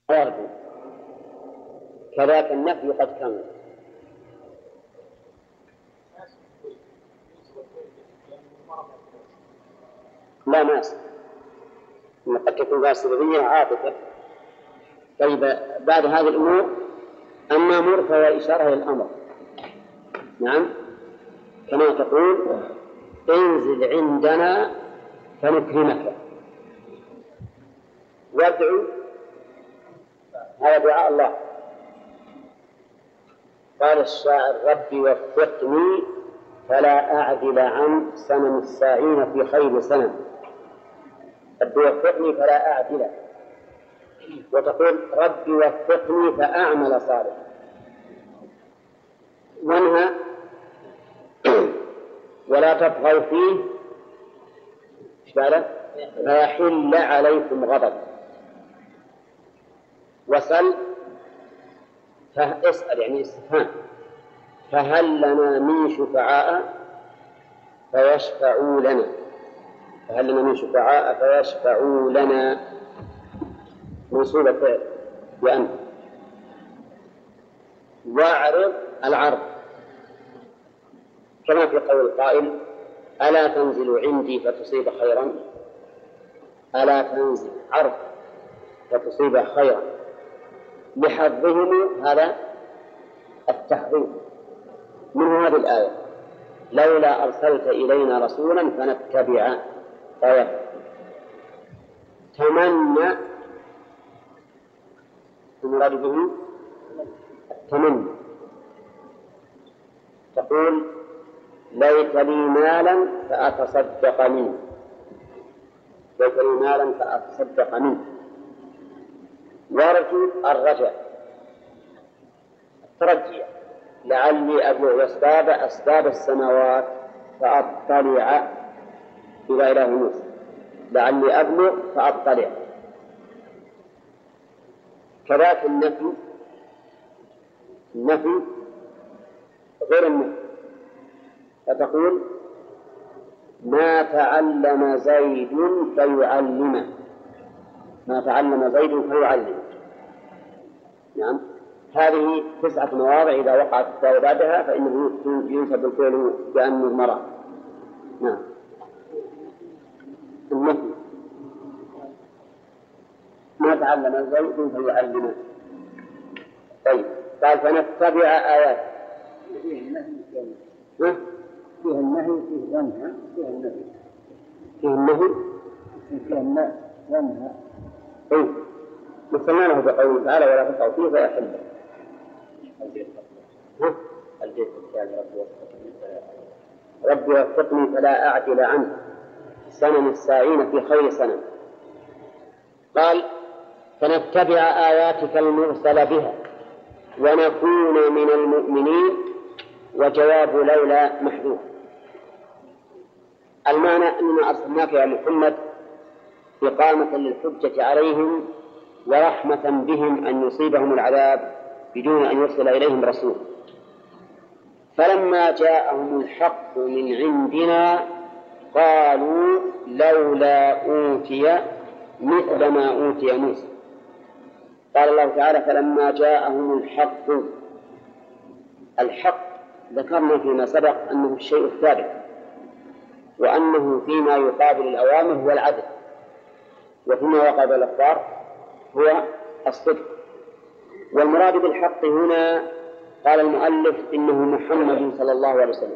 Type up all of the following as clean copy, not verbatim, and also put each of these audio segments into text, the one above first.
يرجو، كذاك النفي قد كمل. لا ماس، قد تكون ذات سببية عاطفة. طيب بعد هذه الأمور أما أمور فهو إشارة للأمر. نعم، كما تقول انزل عندنا فنكرمك، وادعو، هذا دعاء الله. قال الشاعر ربي وفقني فلا أعدل عن سنن الساعين في خير سنن. ربي وفقني فلا أعدل، وتقول ربي وفقني فأعمل صالحا. وانهى ولا تطغوا فيه فيحل عليكم غضب. وسل فاسأل يعني استفهام، فهل لنا من شفعاء فيشفعوا لنا، فهل لنا من شفعاء فيشفعوا لنا، منصوبة بأن. واعرض العرض كما في قول القائل ألا تنزل عندي فتصيب خيرا، ألا تنزل عرض فتصيب خيرا، لحظهم هذا التحظيم. من هذه الآية لولا أرسلت إلينا رسولا فنتبع آية. تمنى، المراد به التمني، تقول ليت لي مالا فأتصدق منه، ليت لي مالا فأتصدق منه. وارجو الرجاء، الترجي، لعلي أبلغ أسباب السماوات فأطلع إلى إله موسى، لعلي أبلغ فأطلع. كذلك النفي غير النفي، فتقول ما تعلم زيد فيعلمه، ما تعلم زيد فيعلمه. نعم، هذه 9 مواضع إذا وقعت التاء بعدها فإنه ينسب الفعل بأن المرأة. نعم، النفي ما تعلم زيد فيعلمه. طيب قال فنتبع آيات. فيه النهي فيه ينهى، فيه النهي، فيه النهي، فيه النهي ينهى. أي مثلنا له بقوله تعالى ولا تقعوا فيه فيحل. الجيد الثاني ربي وفقني فلا أعدل عنه سنن الساعين في خير سنن. قال فنتبع آياتك المرسل بها ونكون من المؤمنين، وجواب لولا محذوف. المعنى أننا أرسلناك يا محمد إقامة للحجة عليهم ورحمة بهم أن يصيبهم العذاب بدون أن يرسل إليهم رسول. فلما جاءهم الحق من عندنا قالوا لولا أوتي مثل ما أوتي موسى. قال الله تعالى فلما جاءهم الحق ذكرنا فيما سبق أنه الشيء الثابت، وأنه فيما يقابل الأوامر هو العدل، وفيما يقابل الأخبار هو الصدق. والمراد بالحق هنا قال المؤلف إنه محمد صلى الله عليه وسلم،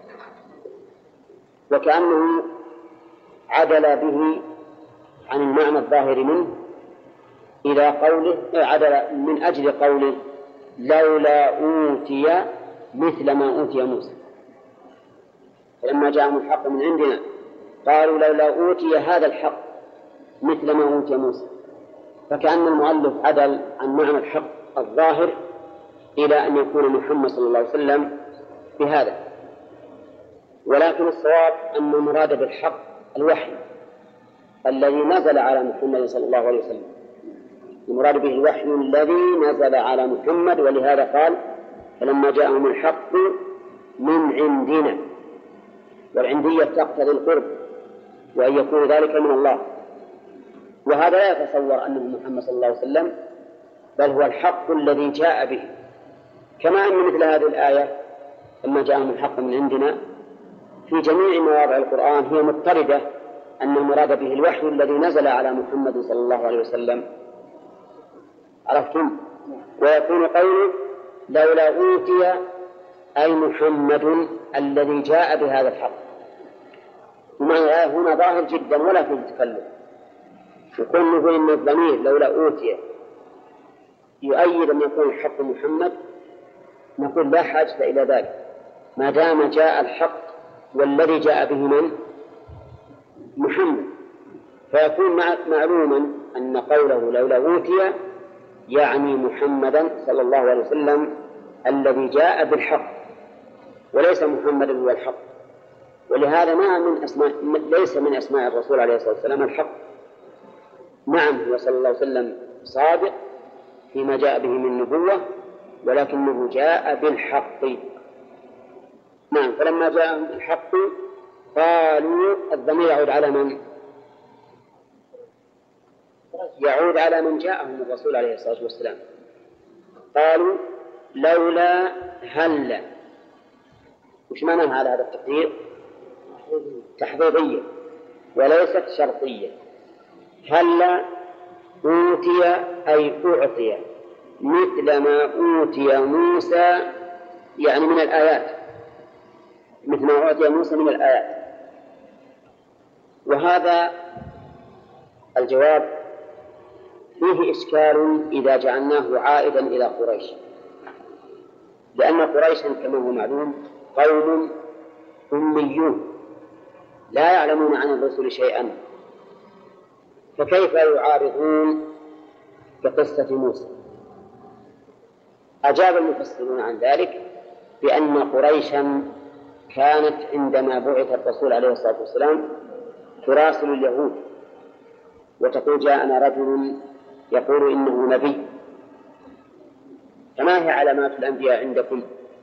وكأنه عدل به عن المعنى الظاهر منه إلى قوله عدل من أجل قوله لولا أوتي مثل ما أوتي موسى. فلما جاءهم الحق من عندنا قالوا لولا أوتي هذا الحق مثل ما أوتي موسى، فكأن المؤلف عدل عن معنى الحق الظاهر إلى أن يكون محمد صلى الله عليه وسلم بهذا. ولكن الصواب أن المراد بالحق الوحي الذي نزل على محمد صلى الله عليه وسلم، المراد به الوحي الذي نزل على محمد. ولهذا قال فلما جاءهم الحق من عندنا، والعندية تقتضي القرب وأن يكون ذلك من الله. وهذا لا يتصور أنه محمد صلى الله عليه وسلم بل هو الحق الذي جاء به، كما أن مثل هذه الآية لما جاءهم الحق من عندنا في جميع مواضع القرآن هي مضطردة أن المراد به الوحي الذي نزل على محمد صلى الله عليه وسلم. عرفتم؟ ويكون قوله لولا أوتي أي محمد الذي جاء بهذا الحق، ومعنى الآية هنا ظاهر جدا ولا فيه تكلف. يكون نقول إن الضمير لولا أوتي يؤيد أن يكون الحق محمد، نقول لا حاجة إلى ذلك ما دام جاء الحق والذي جاء به من محمد، فيكون معلوما أن قوله لولا أوتي يعني محمدا صلى الله عليه وسلم الذي جاء بالحق وليس محمد هو الحق. ولهذا ما من ليس من أسماء الرسول عليه الصلاة والسلام الحق. نعم هو صلى الله عليه وسلم صادق فيما جاء به من نبوة، ولكنه جاء بالحق. نعم، فلما جاء الحق قالوا، الضمير يعود على من؟ يعود على من جاءهم الرسول عليه الصلاة والسلام. قالوا لولا هلا. وش معنى هذا التقدير؟ تحضيضية وليست شرطية. هلا أوتي أي أعطي مثل ما أوتي موسى، يعني من الآيات، مثل ما أوتي موسى من الآيات. وهذا الجواب فيه إشكال إذا جعلناه عائدا إلى قريش، لأن قريشا كما هو معلوم قوم أميون لا يعلمون عن الرسل شيئا، فكيف يعارضون بقصة موسى؟ أجاب المفسرون عن ذلك بأن قريشا كانت عندما بعث الرسول عليه الصلاة والسلام تراسل اليهود وتقول جاءنا رجل يقول إنه نبي، فما هي علامات الأنبياء عندكم؟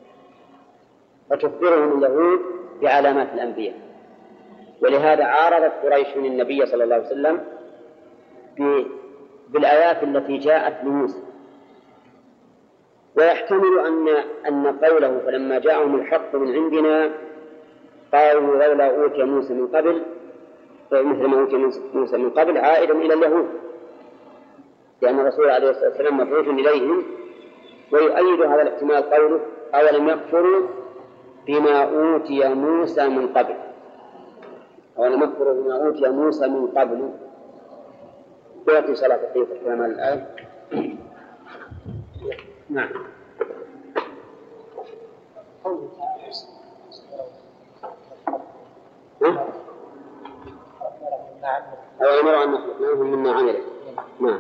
فتخبرهم اليهود بعلامات الأنبياء. ولهذا عارضت قريش النبي صلى الله عليه وسلم بالآيات التي جاءت لموسى. ويحتمل أن قوله فلما جاءهم الحق من عندنا قالوا لولا أوتي موسى من قبل مثل ما أوتي موسى من قبل عائدا إلى اليهود، لأن الرسول عليه الصلاة والسلام مبعوث إليهم. ويؤيد هذا الاحتمال قوله أولم يكفروا بما أوتي موسى من قبل، أولم يكفروا بما أوتي موسى من قبل. يأتي صلاة القيامة كما الآية. نعم. أو أمر أن نخلقناهم مما عمله. نعم.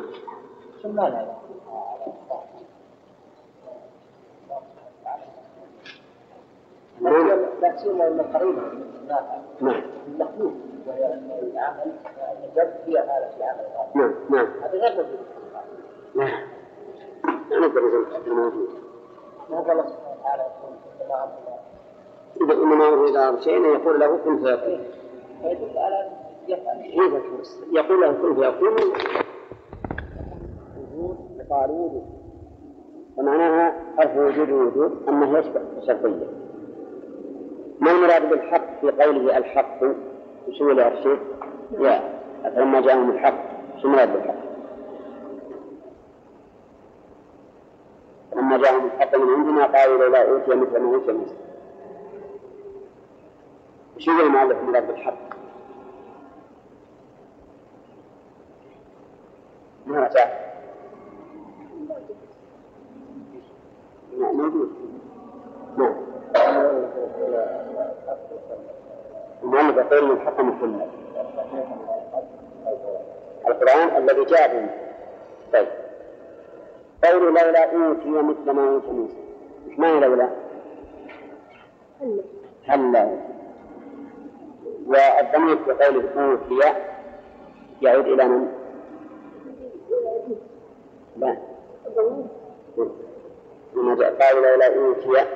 لا سيما أن قريبا نعم. المخلوق وهي العمل الجد فيها هذا العمل. نعم نعم. هذا غير موجود. نعم. لا نقدر نقول موجود. ما هو الله سبحانه وتعالى يقول إنما أمره إذا إنما أمره إذا أراد شيئا يقول له كن فيكون. فيدل على يفعل. يقول له كن فيكون. وجود قال وجود. ومعناها حرف وجود وجود أنه يشبه شرطية. ما المراد بالحق في قوله الحق؟ وش هو الشيء؟ يا فلما جاءهم الحق شو المراد بالحق؟ لما جاءهم الحق من عندنا قالوا لولا أوتي مثل ما أوتي موسى. وش هو المراد بالحق؟ ما رجع موجود. نعم. المؤلف يقول الحق محمد القرآن الذي جاء به. طيب قول لولا أوتي مثل ما أوتي موسى، إيش معنى لولا؟ هلا. والضمير في قوله أوتي يعود إلى من؟ لا. لما جاء قال لولا أوتي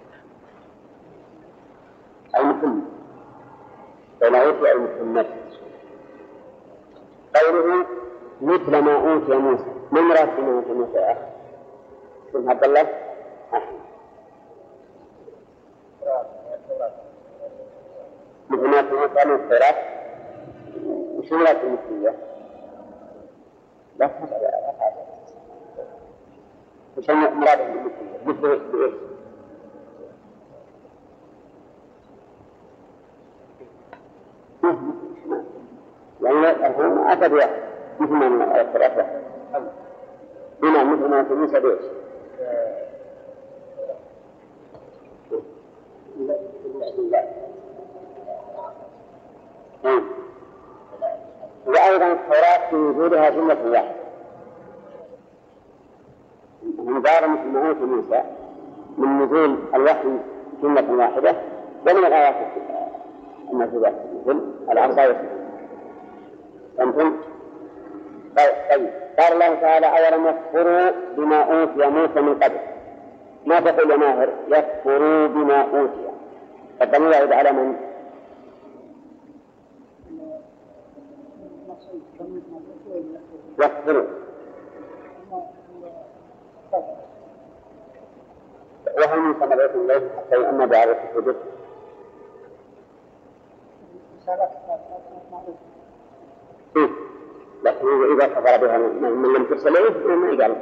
المحمد، لولا أوتي المحمد قوله مثل ما أوتي موسى، ما المراد بما أوتي موسى يا أخي؟ ابن عبد الله؟ مثل ما أوتي موسى من التوراة، وش المراد بالمثلية؟ لا تفعل وش المراد بالمثلية؟ مثل بإيش؟ يعني الحين أتى بواحد مثل ما الثلاثة هنا مثل ما تقول سبيش وأيضا التوراة في وجودها جملة واحدة مدار مثل ما أوتي موسى من نزول الوحي جملة واحدة ومن الآيات الموجودة مثل العصا فهمتم؟ طيب قال الله تعالى أولم يكفروا بما أوتي موسى من قبل. ما تقول يا ماهر؟ يكفروا بما أوتي، فالضمير يعود على من؟ يكفروا وهل من ثمرات الله حتى يؤمن بعرف الحدود؟ لكن إذا كفر بها من لم ترسل إليه ما يقال.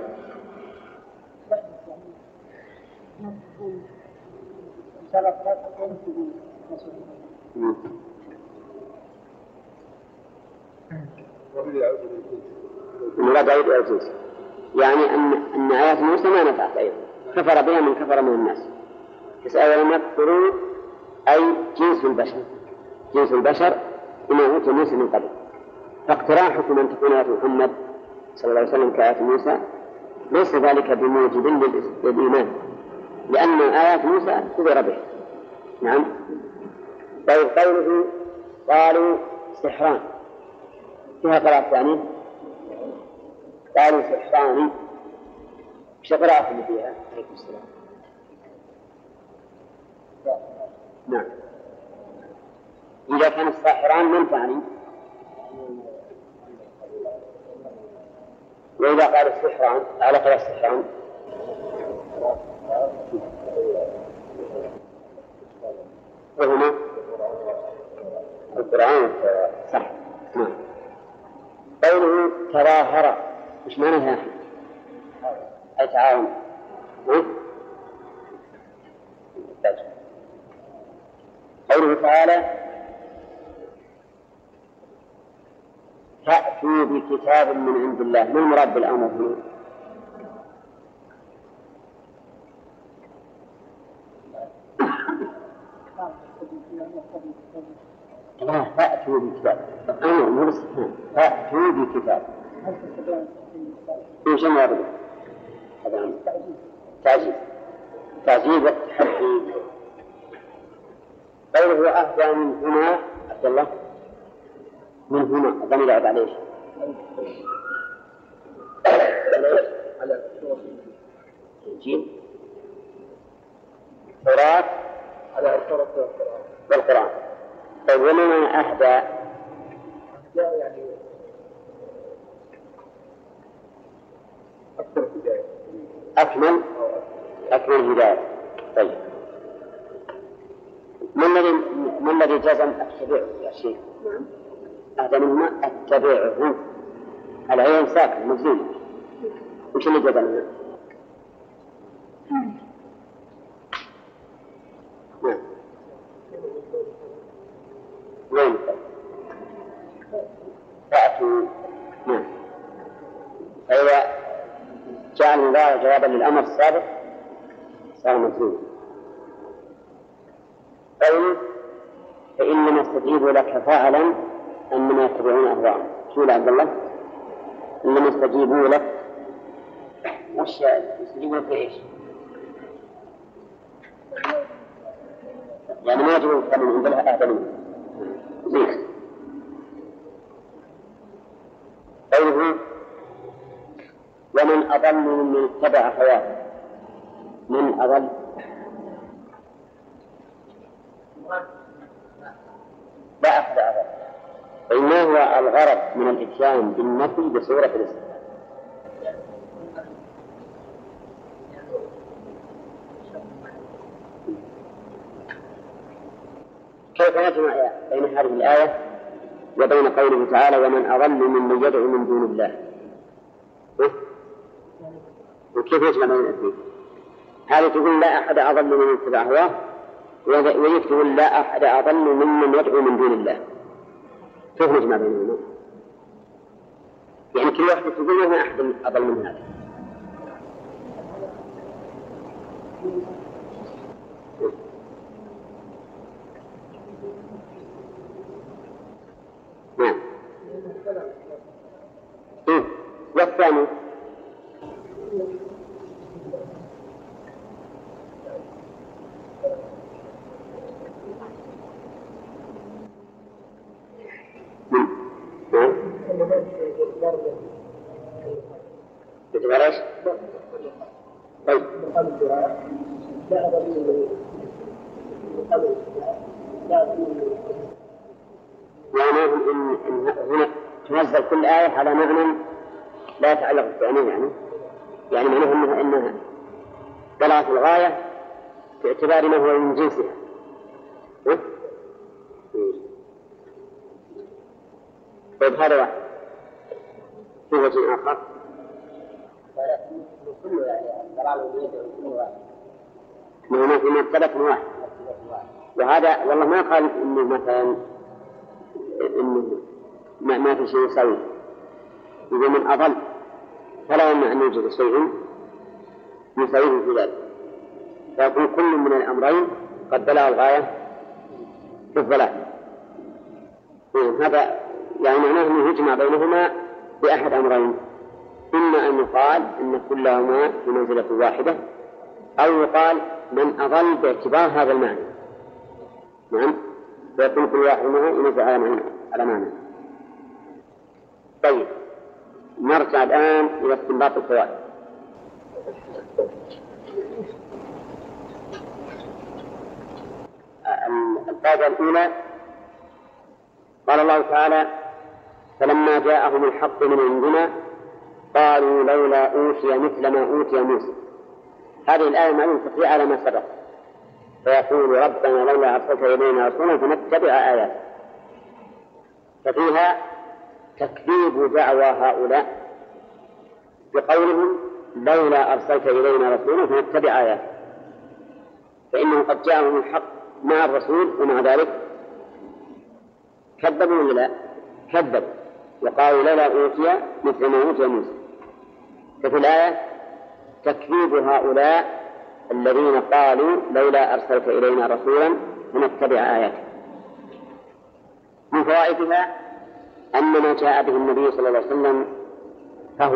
المراد عيد الجنس، يعني أن آيات موسى ما نفعت أيضا، كفر بها من كفر من الناس. أولم يكفروا أي جنس البشر بما أوتي موسى من قبل. فاقتراحكم أن تكون آيات محمد صلى الله عليه وسلم كآيات موسى ليس ذلك بموجب للإيمان، لأن آيات موسى كفر بها. نعم. طيب قوله قالوا سحران فيها قراءة ثانية، قالوا سحران ايش قراءة اللي فيها؟ عليكم السلام. نعم. إذا كان الساحران من ثاني؟ وإذا قال السحران على قراءة السحران وهما القرآن صح. نعم. قوله تظاهر ايش معناها؟ أي تعاون. قوله تعالى فأتوا بكتاب من عند الله، ما المراد بالأمر هنا؟ لا، فأتوا بكتاب أمر مو باستثناء، فأتوا بكتاب إيش المراد؟ هذا تعجيز والتحدي. قوله أهدى من هنا عبد الله، من هنا الضمير يعود عليه على الإنجيل التوراة على التوراة والقرآن. طيب ومن أهدى؟ يعني أكثر هداية، أكمل هداية. طيب ما الذي جزم أتبعه يا شيخ؟ هذا مما أتبعه العين ساكن مجزوم، وش اللي جزمه؟ نعم. وين فأتوا؟ نعم. فإذا جاء المضارع جوابا للأمر السابق صار مجزوم. قوله فإنما استجيبوا لك فعلا أنما يتبعون أهواءهم. شو عبد الله؟ إنما استجيبوا لك، وش يستجيبوا لك إيش؟ يعني ما يجب أن من عندها أهدى منه زيك. قوله ومن أضل ممن اتبع هواه، من أضل؟ لا أخذ أضل. ما هو الغرض من الإتيان بالنفي بصورة الاستثناء؟ كيف نجمع بين هذه الآية وبين قوله تعالى ومن أضل ممن يدعو من دون الله؟ وكيف نجمع بين الاثنين؟ هذه تقول لا أحد أضل ممن اتبع هواه، ويجب تقول لا أحد أضل ممن يدعو من دون الله. كيف نجمع بينهما؟ يعني كل واحدة تقول ما أحد أضل من هذا. نعم. والثاني ايش؟ طيب. يعني إن هنا تنزل كل آية على معنى لا يتعلق بالثاني، يعني معناه إنها بلغت الغاية باعتبار ما هو من جنسها. طيب هذا واحد. في وجه آخر كله يعني ضلال اليد كل واحد. ما في مرتبة واحد. وهذا والله ما قال إنه مثلا إنه ما في شيء يسوي. إذا من أضل فلا يمنع أن يوجد شيء يسويه في ذلك. فيكون كل من الأمرين قد بلغ الغاية في الضلال. هذا يعني معناه أنه يجمع بينهما بأحد أمرين: إما أن يقال إن كلهما في منزلة واحدة، أو يقال من أضل باعتبار هذا المعنى. نعم، فيكون كل واحد منه ينزل على معنى. طيب، نرجع الآن إلى استنباط الفوائد. الفائدة الأولى: قال الله تعالى: فلما جاءهم الحق من عندنا قالوا لولا أوتي مثل ما أوتي موسى. هذه الآية معلومة تقرير على ما سبق، فيقول ربنا لولا أرسلت إلينا رسولا فنتبع آياته. ففيها تكذيب دعوى هؤلاء بقولهم لولا أرسلت إلينا رسولا فنتبع آياته، فإنه قد جاءهم الحق مع الرسول ومع ذلك كذبوا ولا لا؟ كذبوا وقالوا لولا أوتي مثل ما أوتي موسى. ففي الآية تكذيب هؤلاء الذين قالوا لولا أرسلت إلينا رسولا فنتبع آياته. من فوائدها أن ما جاء به النبي صلى الله عليه وسلم فهو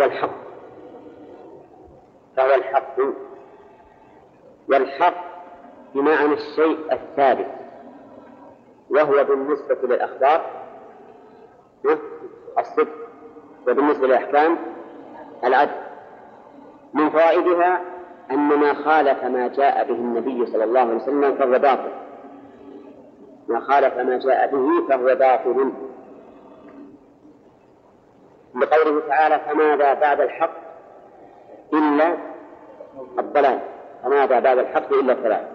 الحق، والحق بمعنى الشيء الثابت، وهو بالنسبة للأخبار الصدق، وبالنسبة للأحكام العدل. من فوائدها أن ما خالف ما جاء به النبي صلى الله عليه وسلم فهو باطل، ما خالف ما جاء به فهو باطل، لقوله تعالى: فماذا بعد الحق إلا الضلال، فماذا بعد الحق إلا الضلال.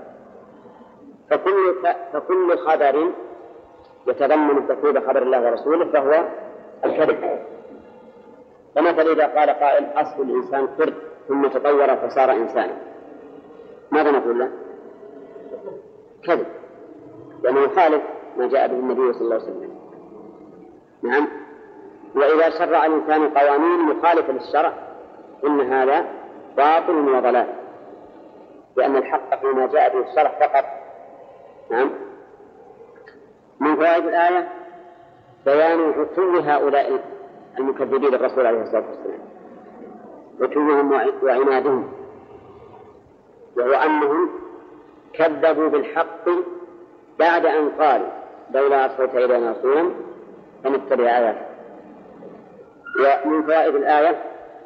فكل خبر يتضمن تكذيب خبر الله ورسوله فهو الكذب. فمثل إذا قال قائل أصل الإنسان قرد ثم تطور فصار إنسانا، ماذا نقول له؟ كذب، لأنه يخالف ما جاء به النبي صلى الله عليه وسلم. نعم. وإذا شرع الإنسان قوانين مخالفة للشرع إن هذا باطل وضلال، لأن الحق فيما جاء به الشرع فقط. نعم. من فوائد الآية بيان عتو هؤلاء المكذبين للرسول عليه الصلاة والسلام، عتوهم وعنادهم، وهو أنهم كذبوا بالحق بعد أن قالوا لولا أرسلت إلينا رسولا فنتبع آياته. ومن فوائد الآية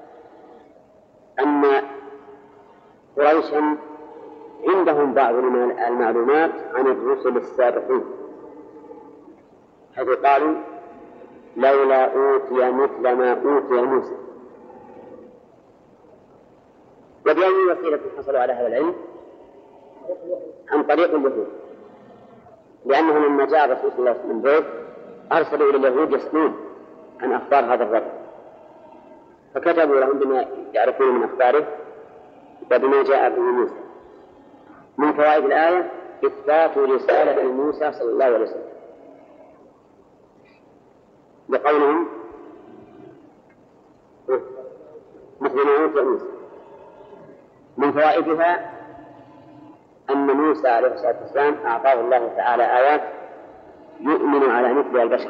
أن قريشا عندهم بعض المعلومات عن الرسل السابقين، حيث قالوا لولا أوتي مثل ما أوتي موسى. وبأي وسيلة حصلوا على هذا العلم؟ عن طريق اليهود، لأنه لما جاء الرسول صلى الله عليه وسلم بعث أرسلوا إلى اليهود يسألون عن أخبار هذا الرجل، فكتبوا لهم بما يعرفون من أخباره وبما جاء به موسى. من فوائد الآية إثبات رسالة موسى صلى الله عليه وسلم بقولهم مثل ما أوتي موسى. من فوائدها أن موسى عليه الصلاة والسلام أعطاه الله تعالى آيات يؤمن على مثل البشر،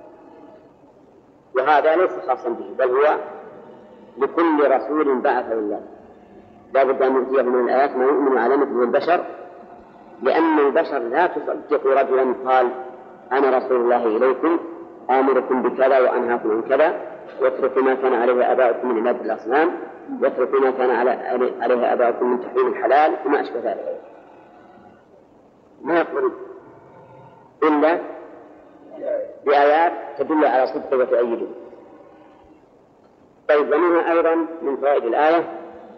وهذا ليس خاصا به بل هو لكل رسول بعثه الله لا بد أن يؤتيه من الآيات ما يؤمن على مثل البشر، لأن البشر لا تصدق رجلا قال أنا رسول الله إليكم آمركم بكذا وأنهاكم عن كذا واتركوا ما كان عليه آباؤكم من عبادة الأصنام واتركوا ما كان عليه آباؤكم من تحريم الحلال وما أشبه ذلك. ما يقبل إلا بآيات تدل على صدقه وتؤيده. طيب، ومنها أيضا من فوائد الآية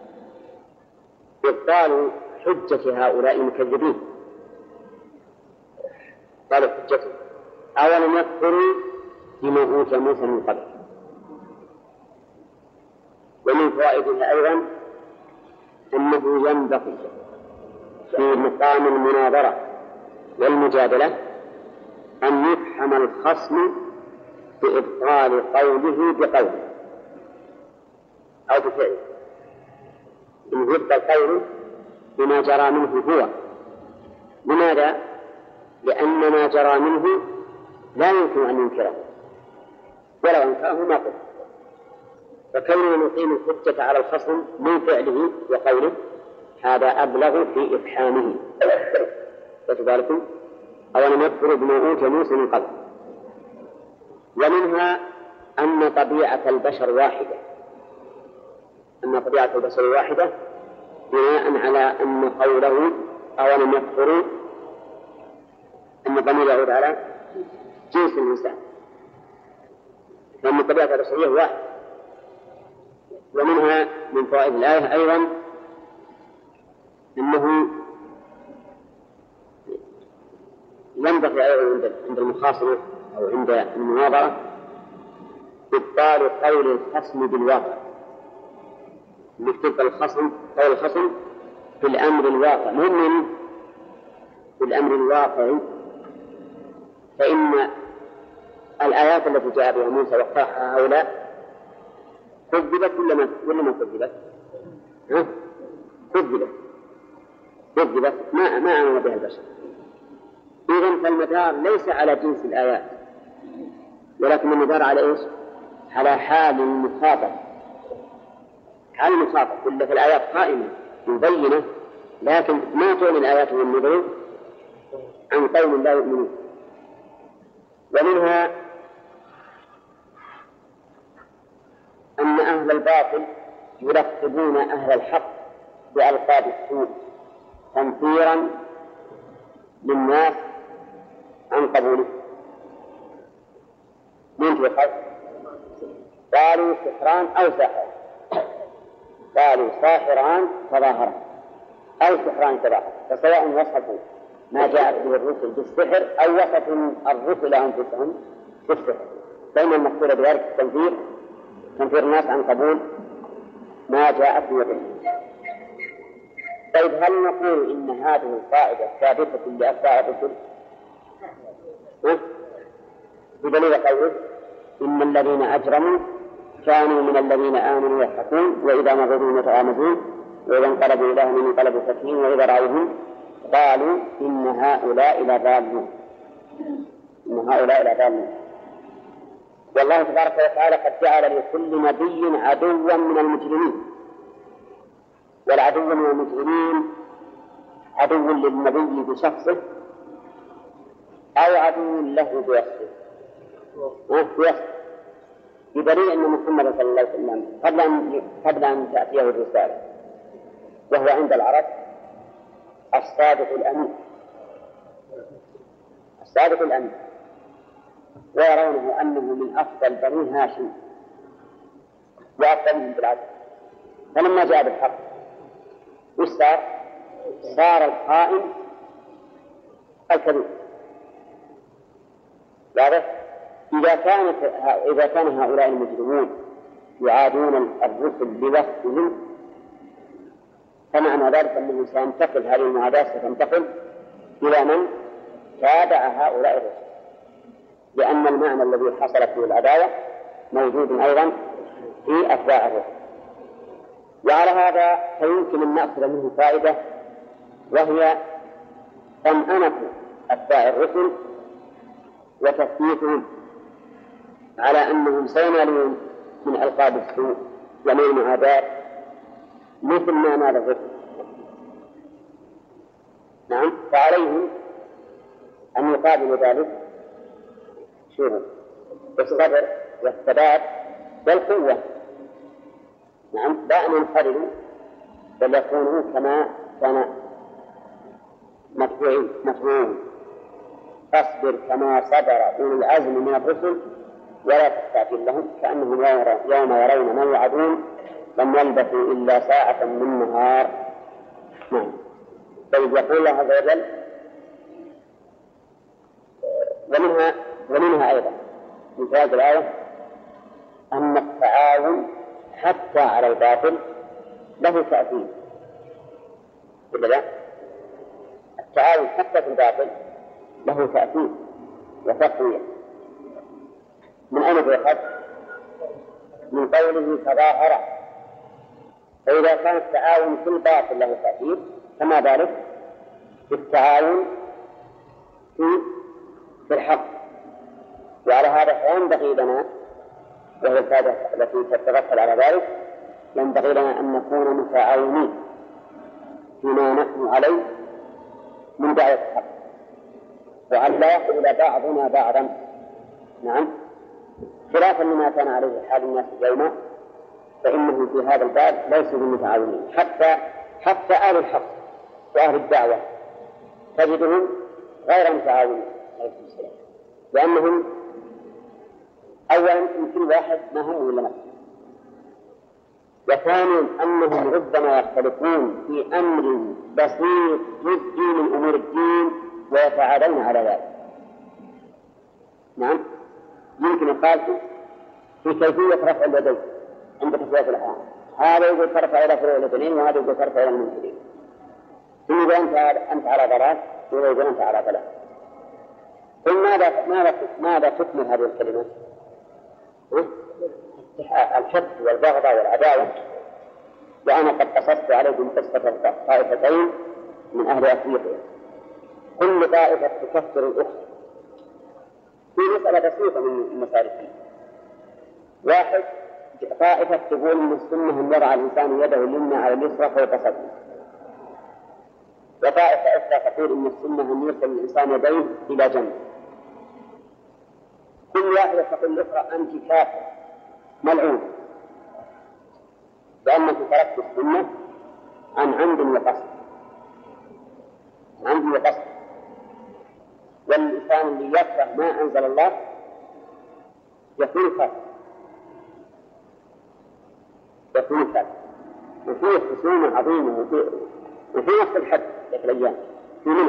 إبطال حجة هؤلاء المكذبين. قالوا حجته أولم يكفروا بما أوتي موسى من قبل. ومن فوائدها أيضا أنه ينبغي في مقام المناظرة والمجادلة أن يفهم الخصم بإبطال قوله بقوله أو بفعله، إن يبطل قوله بما جرى منه هو. لماذا؟ لأن ما جرى منه لا يمكن أن ينكره، ولو أنكره ما قل. فكوننا نقيم الحجة على الخصم من فعله وقوله هذا أبلغ في إفحامه. فتباركم أولا يكفر بما أوتي موسى من قبل. ومنها أن طبيعة البشر واحدة، بناء على أن قوله أولم يكفروا أن الضمير يعود على جنس الإنسان، لأن طبيعة البشرية واحدة. ومنها من فوائد الآية أيضا أنه ينبغي أيضا عند المخاصمة أو عند المناظرة إبطال قول الخصم بالواقع، نكتب قول الخصم في الأمر الواقع مهم في الأمر الواقعي. فإن الآيات التي جاء بها موسى واقترحها هؤلاء كذبت ولا ما كذبت؟ كذبت ما آمن بها البشر. إذن فالمدار ليس على جنس الآيات، ولكن المدار على إيش؟ على حال المخاطب. حال المخاطب كل في الآيات قائمة مبينة، لكن ما تعني الآيات والنذر عن قوم لا يؤمنون. ومنها أن أهل الباطل يلقبون أهل الحق بألقاب السوء تنفيرا للناس عن قبوله. من تلقب؟ قالوا سحران أو ساحر، قالوا ساحران تظاهرا أو سحران تظاهرا، فسواء وصفوا ما جاءت به الرسل بالسحر أو وصفوا الرسل أنفسهم بالسحر، فإن المقصود بذلك تنفير الناس عن قبول ما جاءت به الرسل. طيب، هل نقول إن هذه القاعدة ثابتة لأتباع الرسل؟ بدليل قوله إن الذين أجرموا كانوا من الذين آمنوا يضحكون وإذا مروا بهم يتغامزون وإذا انقلبوا إلى أهلهم انقلبوا فكهين وإذا رأوهم قالوا إن هؤلاء لضالون. والله تبارك وتعالى قد جعل لكل نبي عدوا من المجرمين، والعدو من المجرمين عدو للنبي بشخصه أو عدو له بوصفه. بدليل أن محمد صلى الله عليه وسلم قبل أن تأتيه الرسالة وهو عند العرب الصادق الأمين، ويرونه أنه من أفضل بني هاشم وأفضلهم بالعدل. فلما جاء بالحق وش صار؟ صار الخائن الكذب. واضح؟ إذا كان هؤلاء المجرمون يعادون الرسل بوصفهم فمعنى ذلك أنه سينتقل هذه المعاداة ستنتقل إلى من تابع هؤلاء الرسل، لأن المعنى الذي حصل فيه العداوة موجود أيضا في أتباع الرسل. وعلى هذا فيمكن أن نأخذ منه فائدة، وهي طمأنة أتباع الرسل وتثبيتهم على أنهم سينالون من ألقاب السوء ومن المعاداة مثل ما نال الرسل. نعم، فعليهم أن يقابلوا ذلك بالصبر والثبات والقوة. نعم، لا أن ينفردوا بل يكونوا كما كان مدفوعين. فاصبر كما صبر أولو العزم من الرسل ولا تستعجل لهم كأنهم يوم يرون ما يوعدون لم يلبثوا إلا ساعة من نهار. نعم. طيب، يقول الله عز وجل: ومنها أيضا من فوائد الآية أن التعاون حتى على الباطل له تأثير. ولا لا؟ التعاون حتى في الباطل له تأثير وتقوية. من أين يؤخذ؟ من قوله تظاهر. فإذا كان التعاون في الباطل له تأثير فما بالك في التعاون في الحق. وعلى هذا فينبغي لنا، وهي الفائدة التي تترتب على ذلك، ينبغي لنا أن نكون متعاونين فيما نحن عليه من دعوة الحق، وأن لا يقبل بعضنا بعضا. نعم، خلافا لما كان عليه حال الناس اليوم، فإنه في هذا الباب ليسوا بمتعاونين. حتى أهل الحق وأهل الدعوة تجدهم غير متعاونين، لأنهم أولا يمكن واحد ما هم إلا نفسه، وثانيا أنهم ربما يختلفون في أمر بسيط جزئي من أمور الدين ويتعادلون على ذلك. نعم، يمكن يخالفوا في كيفية رفع اليدين عند تسوية الأحيان، هذا يقول ترفع إلى فروع اليدين وهذا يقول ترفع إلى المنكرين، ثم يقول أنت على ضلال وهو يقول أنت على ضلال. ثم ماذا تكمل هذه الكلمة؟ الحقد والبغضاء والعداوة. وأنا قد قصصت عليكم قصة طائفتين من أهل أفريقيا، كل طائفة تكفر الأخرى في مسألة بسيطة من المسائل الدين. واحد طائفة تقول إن السنة أن يضع الإنسان يده اليمنى على اليسرى فوق صدره، وطائفة أخرى تقول إن السنة أن يرسل الإنسان يديه إلى جنب. كل واحدة تقول الأخرى أنت كافر ملعون لأنك تركت السنة عن عمد وقصد. والإنسان اللي يكره ما أنزل الله يكون كافر. وفيه خصومة عظيمة وفي نفس الحد ذلك الأيام في منى.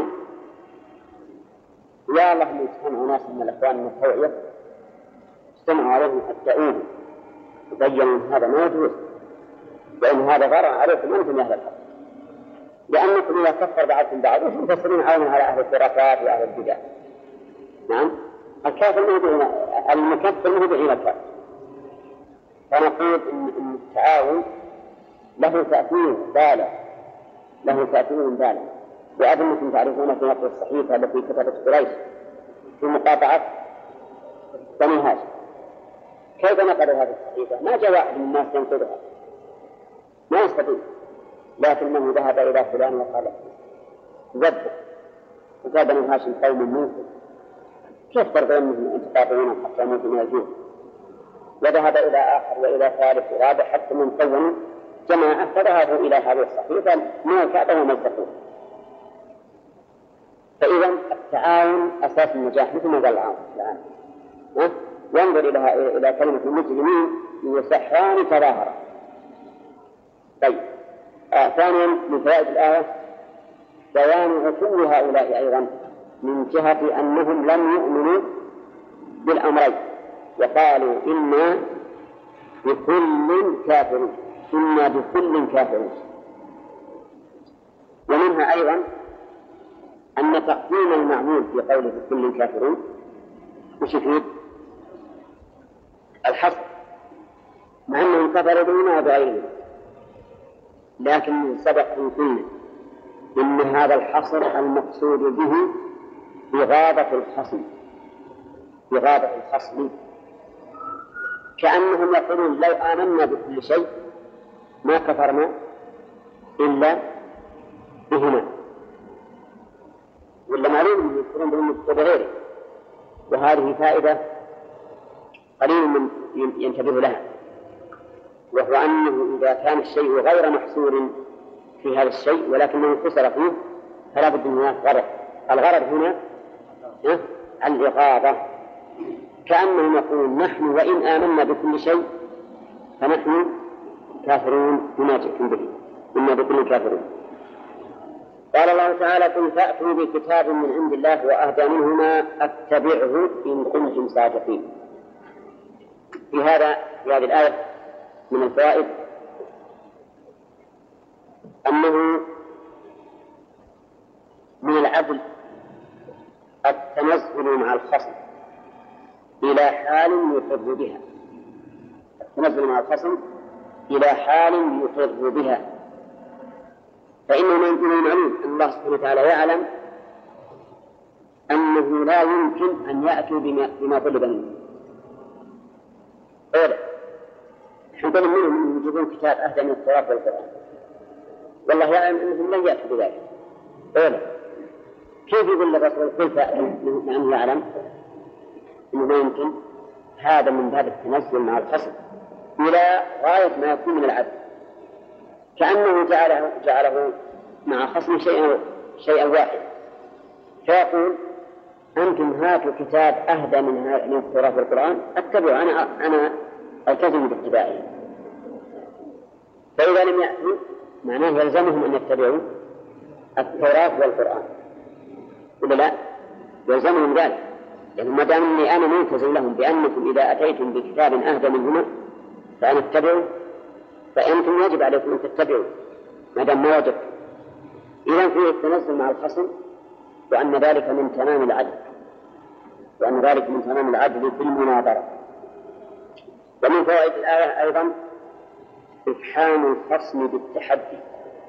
يا الله من اجتمعوا ناس من الأخوان من التوعية اجتمعوا عليهم حتى أوهم وبينوا هذا ما يجوز، لأن هذا ضرر عليكم أنتم أهل الحق، لأنكم إذا كفر بعضكم بعض تفسرون عونا على أهل الخرافات وأهل البدع. نعم، الكافر المكفر مهدئ إلى الكافر. فنقول إن التعاون له تأثير بالغ، وأظنكم تعرفون في نقل الصحيفة التي كتبت قريش في مقاطعة بني هاشم. كيف نقلوا هذه الصحيفة؟ ما جاء واحد من الناس ينقلها، ما يستطيع، لكنه ذهب إلى فلان وقال ذبح وقال بني هاشم قوم منكم، كيف ترضون أنهم تقاطعونهم حتى يموتوا من الجوع؟ وذهب إلى آخر وإلى ثالث ورابع حتى من كونوا جماعة فذهبوا إلى هذه الصحيفة من الكعبة ومزقوه. فإذا التعاون أساس النجاح مثل ما قال الآن. وانظر إلى كلمة المجرمين يسحران تظاهرا. طيب، ثانيا من فوائد الآية بيان عتو هؤلاء أيضا من جهة أنهم لم يؤمنوا بالأمرين وقالوا إنا بكل كافرون، إنا بكل كافرون. ومنها أيضا أن تقديم المعمول في قوله بكل كافرون وش يفيد؟ الحصر، مع أنهم كفروا بما وبغيره، لكن سبق أن قلنا إن هذا الحصر المقصود به إغاظة الخصم، إغاظة الخصم، كأنهم يقولون لو آمنا بكل شيء ما كفرنا إلا بهما، ولا معلوم أنهم يكفرون بالمسلم بغيره. وهذه فائدة قليل من ينتبه لها، وهو أنه إذا كان الشيء غير محصور في هذا الشيء ولكنه حصر فيه فلا بد من هناك غرض. الغرض هنا الإغاظة، كأنهم يقولون نحن وإن آمنا بكل شيء فنحن كافرون بما جئتم به، إنا بكل كافرون. قال الله تعالى قل فأتوا بكتاب من عند الله وأهدى منهما أتبعه إن كنتم صادقين. في هذه الآية من الفوائد أنه من العدل التنزل مع الخصم إلى حال يقر بها، التنزل مع الخصم إلى حال يقر بها، فإنه من المعلوم أن الله سبحانه وتعالى يعلم أنه لا يمكن أن يأتوا بما طلب منه. حينئذ منهم يجيبون كتاب أهدى من التوراة والقرآن، والله يعلم أنهم لن يأتوا بذلك. كيف يقول الرسول قل فأتوا مع أنه يعلم أنه ما يمكن؟ هذا من باب التنزل مع الخصم إلى غاية ما يكون من العدل، كأنه جعله مع خصم شيئا واحد، فيقول أنتم هاتوا كتاب أهدى من التوراة والقرآن أتبعوا، أنا ألتزم باتباعه. فإذا لم يأتوا معناه يلزمهم أن يتبعوا التوراة والقرآن، ولا لا؟ يلزمهم ذلك، لأن ما دام أني أنا ملتزم لهم بأنكم إذا أتيتم بكتاب أهدى منهما فأنا أتبعوا، فأنتم يجب عليكم أن تتبعوا ما دام ما وجدتم. إذن فيه التنزل مع الخصم، وأن ذلك من تمام العدل، وأن ذلك من تمام العدل في المناظرة. ومن فوائد الآية أيضا إفحام الخصم بالتحدي،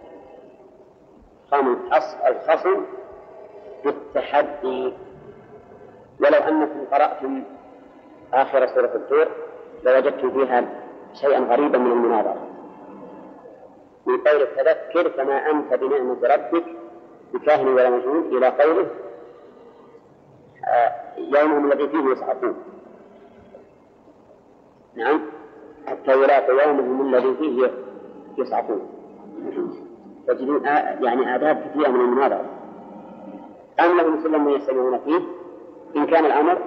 إفحام الخصم بالتحدي. ولو أنكم قرأتم آخر سورة الطور لوجدتم فيها شيئا غريبا من المناظرة، من قول تذكر فما أنت بنعمة ربك بكاهن ولا مجنون إلى قوله يومهم الذي فيه يصعقون. نعم، حتى يلاقوا يومهم الذي فيه يصعقون. تجدون يعني آداب كثيرة من المناظرة. أم لهم سلم يستمعون فيه إن كان الأمر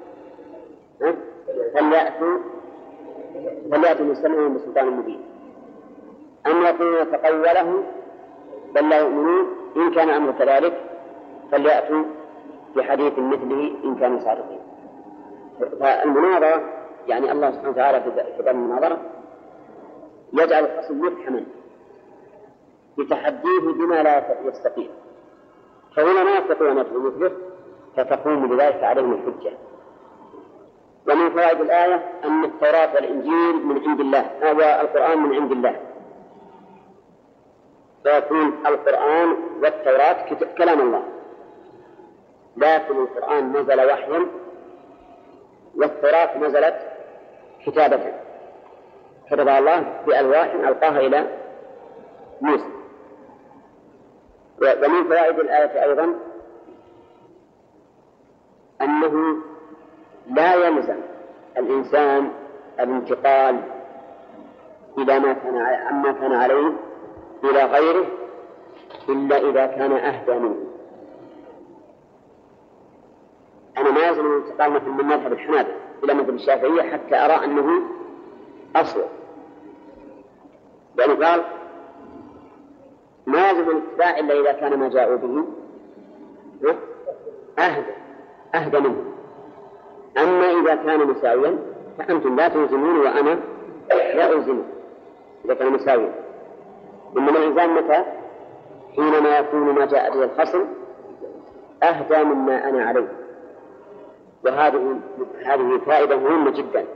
فليأتوا يستمعون بسلطان مبين، أم يقولون تقوله بل لا يؤمنون إن كان الأمر كذلك فليأتوا بحديث مثله إن كانوا صادقين. فالمناظرة يعني الله سبحانه وتعالى في باب المناظرة يجعل الخصم مفحما بتحديه بما لا يستطيع، فهنا ما يستطيع أن يدعو مثله فتقوم بذلك عليهم الحجة. ومن فوائد الآية أن التوراة والإنجيل من عند الله، والقرآن من عند الله، فيكون القرآن والتوراة كلام الله، لكن القرآن نزل وحيا والتوراة نزلت كتابة كتبها الله بألواح ألقاها إلى موسى. ومن فوائد الآية أيضا أنه لا يلزم الإنسان الانتقال إلى عما كان عليه إلى غيره إلا إذا كان أهدى منه. أنا ما يلزم الانتقال مثل من مذهب الحنابلة إلى مذهب الشافعية حتى أرى أنه أصل، لأنه قال ما يلزم الاتباع إلا إذا كان ما جاءوا به أهدى منه. أما إذا كان مساويا فأنتم لا تلزمون وأنا لا ألزمه إذا كان مساويا. إنما الإلزام متى؟ حينما يكون ما جاء به الخصم أهدى مما أنا عليه. وهذه فائدة مهمة جدا.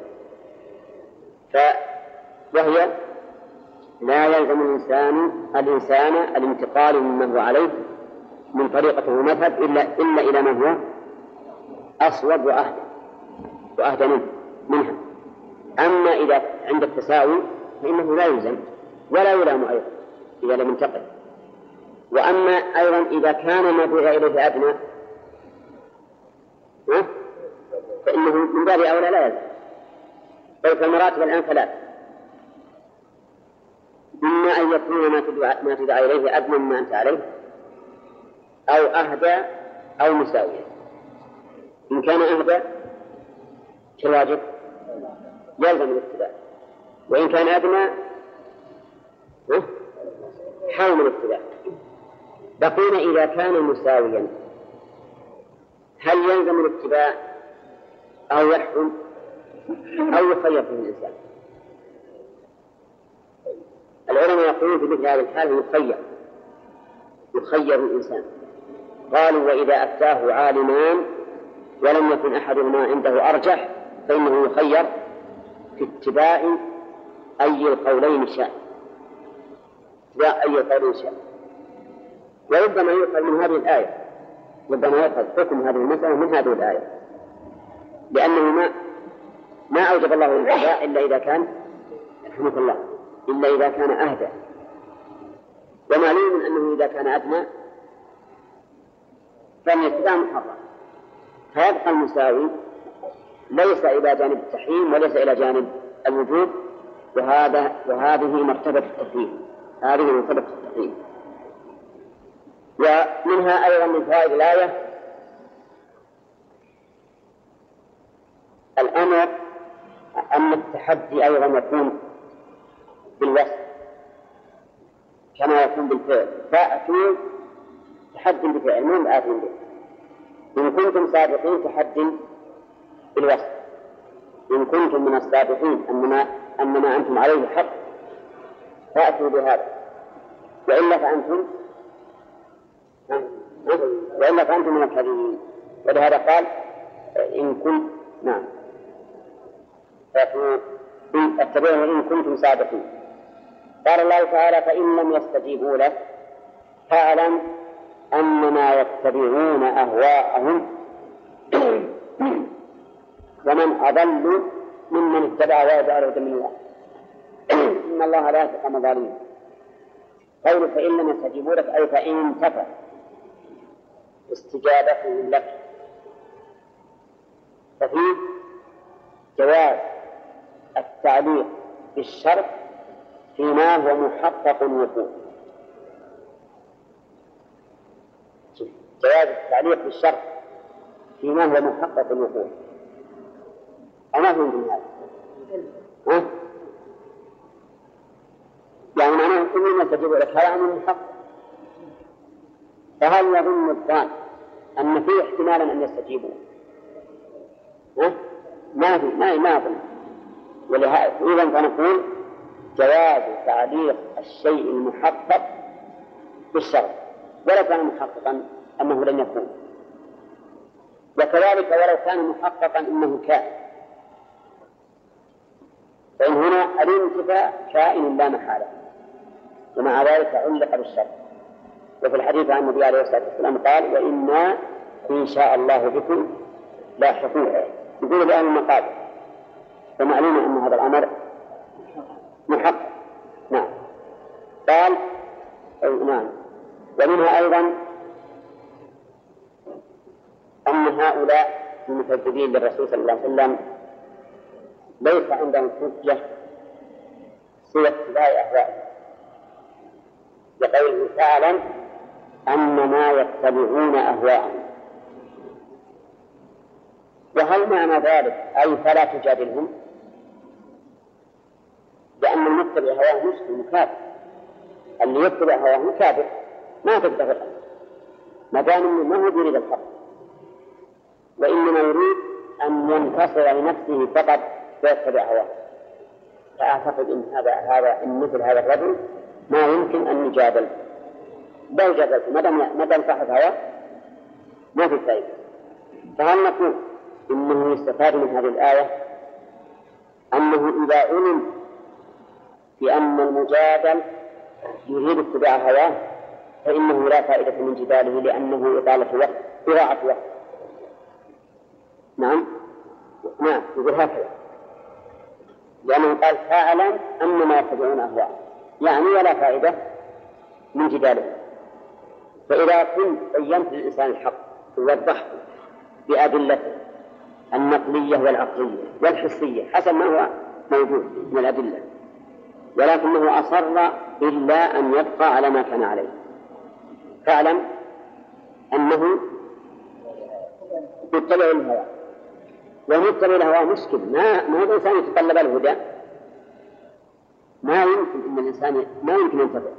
وهي لا يلزم الإنسان الانتقال مما هو عليه من طريقته ومذهب إلا إلى من هو أصوب وأهدى منها. أما إذا عند التساوي فإنه لا يلزم ولا يلام أيضا إذا لم ينتقل. وأما أيضا إذا كان ما دعا إليه أدنى فإنه من باب أولى لا يلزم. فالمراتب الآن ثلاث: إما أن يكون ما تدعى إليه أدنى مما أنت عليه، أو أهدى، أو مساوية. إن كان أهدى كالواجب يلزم الاتباع، وإن كان أدنى حرم الاتباع. بقينا إذا كان مساويا هل يلزم الاتباع أو يحرم أو يخير فيه الإنسان؟ العلماء يقولون في مثل هذه الحال يخير الإنسان. قالوا وإذا أفتاه عالمان ولم يكن أحدهما عنده أرجح فإنه يخير في اتباع أي القولين شاء. وربما يؤخذ من هذه الآية، ربما يؤخذ حكم هذه المسألة من هذه الآية، لأنه ما أوجب الله الاتباع إلا إذا كان رحمة الله إلا إذا كان أهدى. ومعلوم أنه إذا كان أدنى فإن الاتباع محرم. فيبقى المساوي ليس إلى جانب التحريم وليس إلى جانب الوجوب، وهذه مرتبة التحريم. ومنها أيضا من فوائد الآية الأمر أن التحدي أيضا يكون بالوصف كما يكون بالفعل. فأتوا تحدي بفعل من آتين به. إن كنتم صادقين تحدي بالوصف. إن كنتم من الصادقين أنما أنتم عليه حق فأتوا بهذا، وإلا فأنتم من الكاذبين. ولهذا قال إن كنتم فاتبعوا إن كنتم صادقين. قال الله تعالى فإن لم يستجيبوا لك فاعلم أنما يتبعون أهواءهم ومن أضل ممن اتبع ويدعى له من الله إن الله لا يهدي القوم الظالمين. قول فإن لم يستجيبوا لك أي فإن انتفى استجابتهم لك، ففيه جواز التعليق بالشرط فيما هو محقق الوقوع. جواز التعليق بالشرط فيما هو محقق الوقوع. أما في من هذا يعني معناه إنما تجب لك هذا أمر محقق. فهل يظن الظان أن فيه احتمالا أن يستجيبوا؟ ما أظن. ولهذا إذن فنقول جواز تعليق الشيء المحقق بالشرط ولو كان محققا أنه لن يكون، وكذلك ولو كان محققا أنه كائن، فإن هنا الانتفاء كائن لا محالة، ومع ذلك علق بالشرط. وفي الحديث عن النبي عليه الصلاة والسلام قال وإنا إن شاء الله بكم لاحقون. يقول بأهل المقابر، فمعلوم أن هذا الأمر محقق. قال ومنها أيضا أن هؤلاء المكذبين للرسول صلى الله عليه وسلم ليس عندهم حجة سوى اتباع أهوائهم، لقوله تعالى أنما يتبعون أهواءهم. وهل معنى ذلك أي فلا تجادلهم؟ لأن المتبع هواه مسلم كافر، اللي يتبع هواه كافر ما تقدر ما دام ما هو يريد الحق، وإنما يريد أن ينتصر لنفسه فقط ويتبع هواه. فأعتقد إن مثل هذا الرجل ما يمكن أن يجادل، لو جادلت ما دام صاحب هواه ما في فائدة. فهل نقول إنه يستفاد من هذه الآية أنه إذا علم بأن المجادل يريد اتباع هواه فإنه لا فائدة من جداله لأنه إطالة وقت، إضاعة وقت. نعم يقول هكذا، لأنه قال فاعلم أنما يتبعون أهواءهم، يعني ولا فائدة من جداله. فإذا كنت بينت للإنسان الحق ووضحته بأدلته النقلية والعقلية والحسية حسب ما هو موجود من الأدلة، ولكنه أصر إلا أن يبقى على ما كان عليه، فاعلم أنه يتبع الهوى، ومتبع الهوى مشكل. ما هو الإنسان يتطلب الهدى، ما يمكن أن الإنسان ما يمكن ينتبه.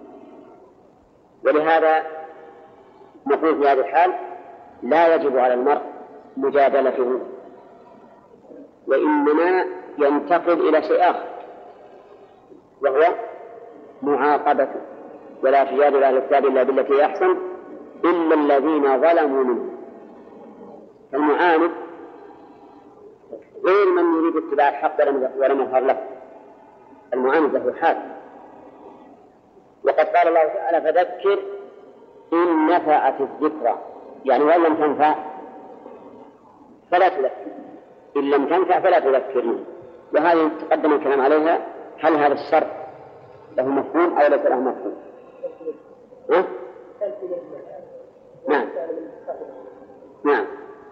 ولهذا نقول في هذه الحال لا يجب على المرء مجادلته، وإنما ينتقل إلى شيء آخر وهو معاقبته. ولا تجادل أهل الكتاب إلا بالتي هي أحسن إلا الذين ظلموا منهم. فالمعاند غير من يريد اتباع الحق ولم يظهر له، المعاند له حال. وقد قال الله تعالى فذكر إن نفعت الذكرى، يعني وإن لم تنفع فلا تذكر، إن لم تنفع فلا تذكرني. وهذه تقدم الكلام عليها، هل هذا الشرط له مفهوم أو ليس له مفهوم؟ نعم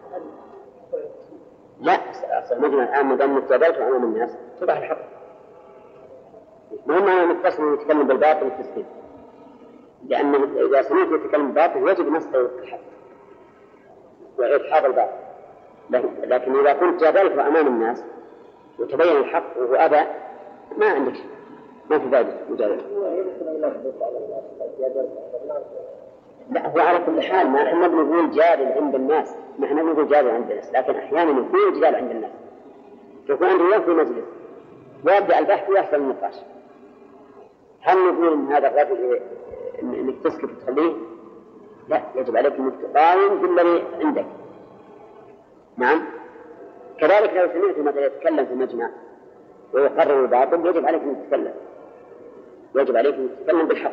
لا أصل مجمع الآن مدام متابعته أمام الناس تبع الحق، مهم أن نتصل يتكلم بالباطل والتسليم، لأن إذا سمعت يتكلم بالباطل يجب نصر الحق وإدحاض الباطل. لكن إذا كنت جادلته أمام الناس وتبين الحق وهو أبى ما عندك شيء، ما في فائدة مجادلة. لا هو على كل حال ما احنا بنقول جادل عند الناس، ما احنا بنقول جادل عند الناس، لكن أحيانا يكون جدال عند الناس، يكون عنده في مجلس ويبدأ البحث ويحصل النقاش. هل نقول إن هذا الرجل إنك تسكت وتخليه؟ لا، يجب عليك أن تقاوم بالذي عندك. نعم كذلك لو سمعت مثلا يتكلم في مجمع ويقرر الباطل يجب عليك أن تتكلم، يجب عليك أن تتكلم بالحق.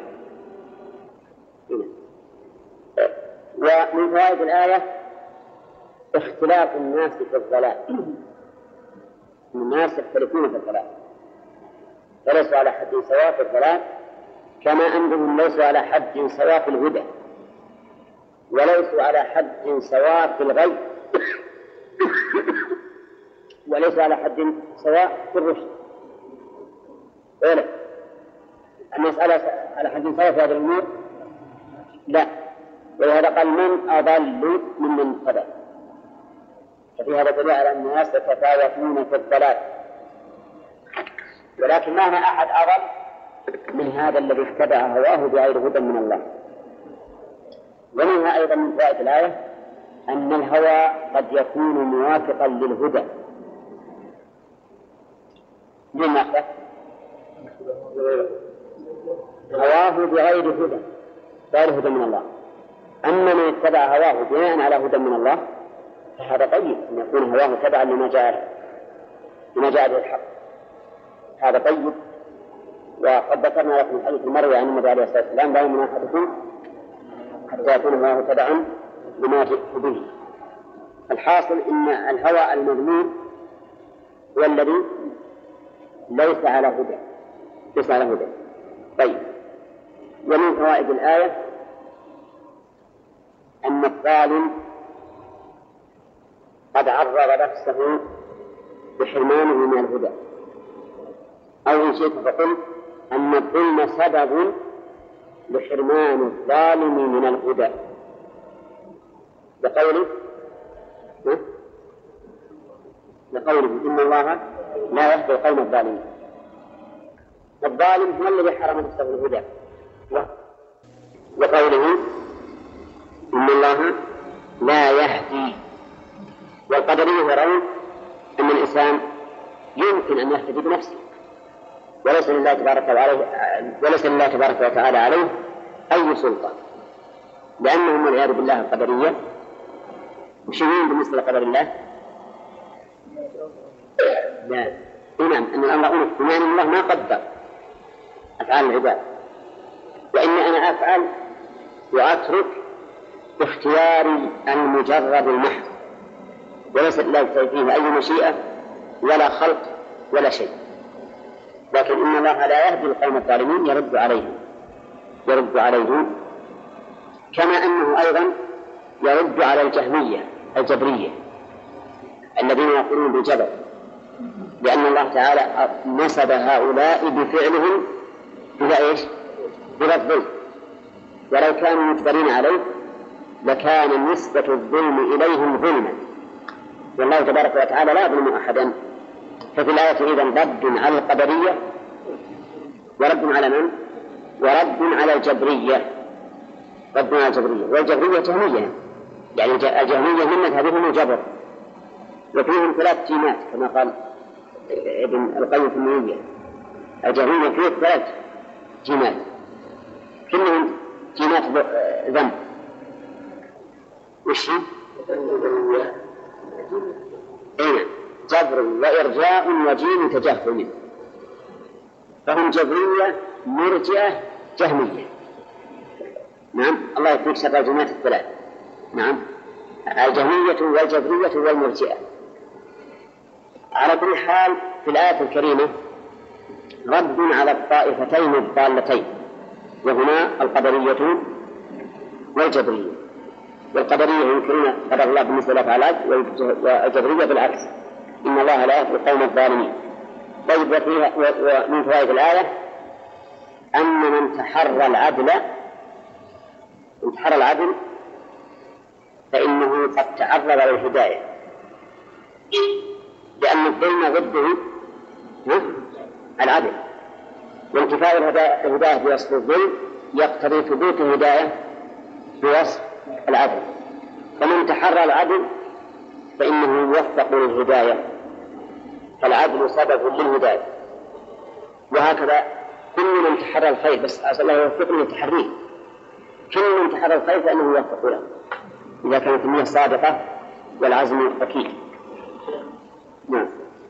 ومن فوائد الآية اختلاف الناس في الضلال، الناس يختلفون في الضلال، فليسوا على حد سواء في الضلال كما أنهم ليسوا على حد سواء في الهدى، وليسوا على حد سواء في الغي، وليسوا على حد سواء في الرشد. الناس على حد سواء في هذا الأمور لا، ولهذا قال من أضل ممن اهتدى. ففي هذا دليل على أن الناس يتفاوتون في الضلال، ولكن ما هنا أحد أضل من هذا الذي اتبع هواه بغير هدى من الله. ومنها أيضا من فوائد الآية أن الهوى قد يكون موافقا للهدى. لما أخذ هواه بغير هدى، غير هدى من الله. أما من اتبع هواه بناء على هدى من الله فهذا طيب، أن يكون هواه تبعا لما جاء به الحق، هذا طيب. وقد ذكرنا لكم حديث المروي عن النبي عليه الصلاة والسلام لا يؤمن أحدكم حتى يكون هواه تبعا لما جئت به. الحاصل إن الهوى المذموم هو الذي ليس على هدى. طيب، ومن فوائد الآية أن الظالم قد عرض نفسه بحرمانه من الهدى، أو إن شئت فقل أن الظلم سبب لحرمان الظالم من الهدى، بقوله لقوله إن الله لا يهدي القوم الظالمين. الظالم هو الذي حرم نفسه الهدى، وقوله إن الله لا يهدي. والقدرية يرون أن الإنسان يمكن أن يهتدي بنفسه وليس لله تبارك وتعالى عليه أي سلطة، لأنهم والعياذ بالله القدرية مشيرين بالنسبة لقدر الله. لا، نعم، أن الأمر أنف، بمعنى الله ما قدر أفعال العباد، وإني أنا أفعل وأترك باختياري المجرد المحض، وليس لا فيه أي مشيئة ولا خلق ولا شيء. لكن إن الله لا يهدي القوم الظالمين يرد عليهم كما أنه أيضا يرد على الجهمية الجبرية الذين يقولون بالجبر، لأن الله تعالى نسب هؤلاء بفعلهم إلى إيش؟ إلى الظلم، ولو كانوا مجبرين عليه لكان نسبة الظلم إليهم ظلما، والله تبارك وتعالى لا يظلم أحدا. ففي الآية إذن رد على القدرية ورد على من؟ ورد على الجبرية. رد على الجبرية، والجبرية جهمية، يعني الجهمية من مذهبهم الجبر، وفيهم 3 جيمات كما قال ابن القيم في النونية. الجهمية فيه 3 جيمات كلهم جيمات ذنب. وش جبر وإرجاء وجيم تجهم، فهم جبرية مرجئة جهمية. نعم، الله يكفيك شر الجيمات 3. نعم، الجهمية والجبرية والمرجئة. على كل حال في الآية الكريمة رد على الطائفتين الضالتين، وهما القدرية والجبرية. والقدرية ينكرون قدر الله بالنسبة للأفعال، والجبرية بالعكس، إن الله لا يهدي القوم الظالمين. طيب، ومن فوائد الآية أن من تحرى العدل فإنه قد تعرض للهداية، لأن الظلم ضده العدل، وانتفاء الهداية بوصف الظلم يقتضي ثبوت الهداية بوصف العدل. فمن تحرى العدل فإنه يوفق للهداية، فالعدل سبب للهداية. وهكذا كل من تحرى الخير، بس أسأل الله يوفقني لتحريه، كل من تحرى الخير فإنه يوفق له إذا كانت النية صادقة والعزم أكيد. نعم.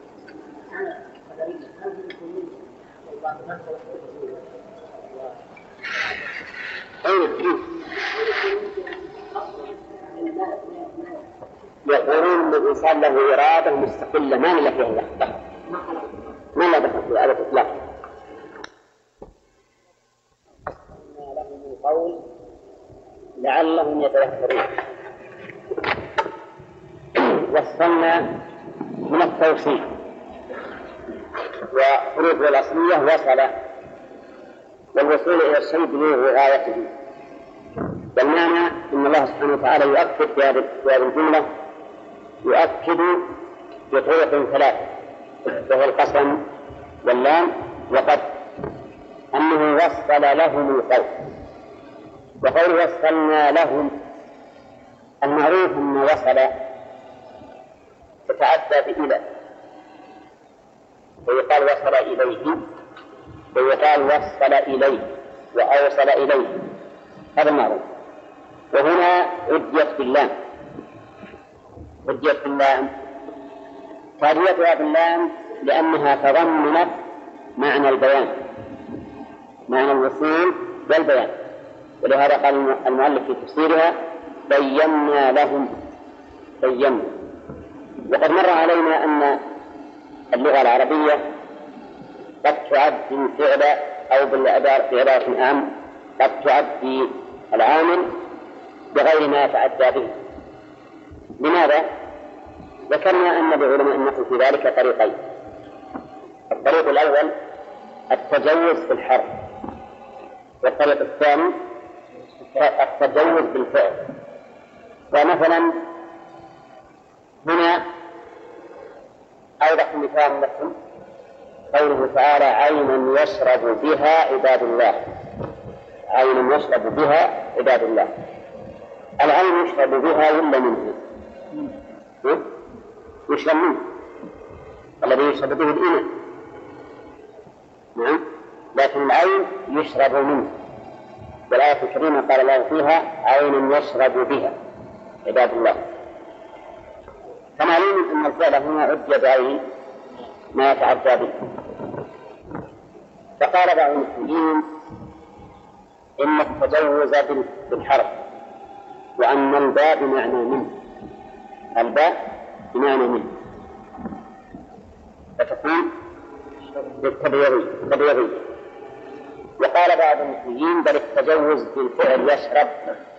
يقولون أن الإنسان له إرادة مستقلة ما له فيها دخل، ما له دخل في إرادة إطلاق. لهم القول لعلهم يتذكرون. وصلنا من التوصيف وحروف الأصلية وصل، والوصول إلى الشيء بلوغ غايته. والمعنى إن الله سبحانه وتعالى يؤكد في هذه الجملة، يؤكد بطرق 3، وهو القسم واللام وقد، أنه وصل لهم القول. وقوله وصلنا لهم، المعروف أن وصل تتعدى بإلى، ويقال وصل إليه، ويقال وصل إليه وأوصل إليه، هذا معروف. وهنا عديت باللام، تاديتها باللام لأنها تضمنت معنى البيان، معنى الوصول والبيان. ولهذا قال المؤلف في تفسيرها بينا لهم. وقد مر علينا أن اللغة العربية قد تعد فعل أو بالعبارة في عبارة أعم قد تعد العامل بغير ما يتعدى به. لماذا؟ ذكرنا أن لعلماء النحو في ذلك طريقين. الطريق الأول التجوز في الحرف، والطريق الثاني التجوز بالفعل. ومثلا هنا أوضح مثال لكم قوله تعالى عينا يشرب بها عباد الله. عينا يشرب بها عباد الله. العين يشرب بها ولا منها؟ يشرب منه الذي يشرب به الإناء، نعم، لكن العين يشرب منه. والآية الكريمة قال الله فيها عين يشرب بها عباد الله. فمعلوم أن الفعل هنا عد بعين ما يتعدى به. فقال بعض المسلمين إن التجوز بالحرف، وأن الباء بمعنى منه، الباء بمعنى منه، فتكون بالتبييض. وقال بعض المسلمين بل التجوز بالفعل يشرب،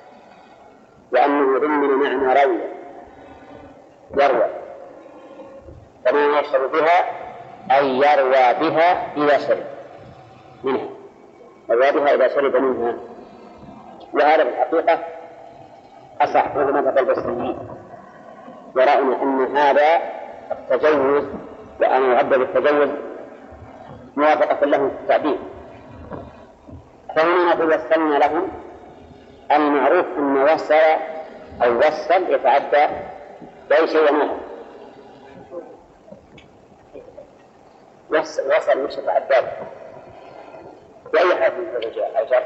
وأنه ضمن معنى روي يروى، فما يشرب بها أي يروى بها إذا شرب منها، يروى بها إذا شرب منها. وهذا في الحقيقة أصح وهو مذهب البصريين، ورأينا أن هذا التجوز وأن يعبر بالتجوز موافقة لهم في التعبير. فهنا نقول وصلنا لهم. المعروف أن وصل أو وصل يتعدى بأي شيء ونحن وصل مش يتعدى بأي حرف من الرجال أو جر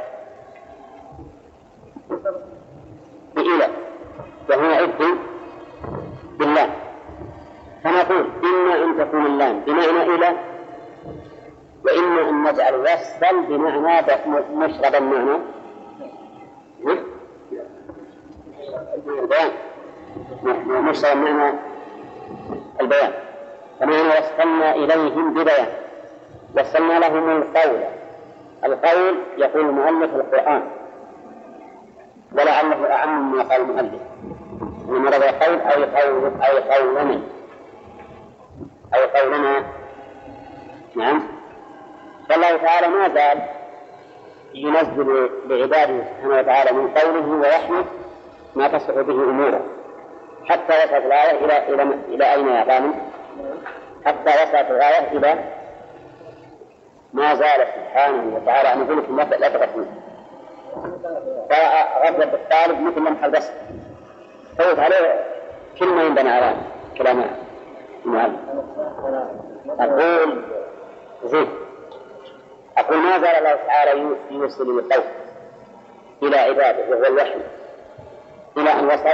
بإله، وهو عد بالله. فنقول إما أن تكون اللام بمعنى إله، وإما أن نجعل وصل بمعنى مشربا معنى البيان، مشربا معنى البيان. فمعنى وصلنا إليهم ببيان، وصلنا لهم القول. القول يقول المؤلف القرآن، ولعله أعم مما قال المؤلف، إنما رضى قول أو قولنا. نعم. فالله تعالى ما زال ينزل لعباده سبحانه وتعالى من قوله ويحمد ما تصح به أموره، حتى وصلت الآية إلى أين يا غانم؟ حتى وصلت الآية إلى ما زال سبحانه وتعالى أن يقول لكم لا تغفلوا. فغفل بالطالب مثل لمح البصر، فوت عليه كلمة ينبنى على كلام المؤلف. أقول ما زال الله تعالى يوصل القول إلى عباده وهو الوحي إلى أن وصل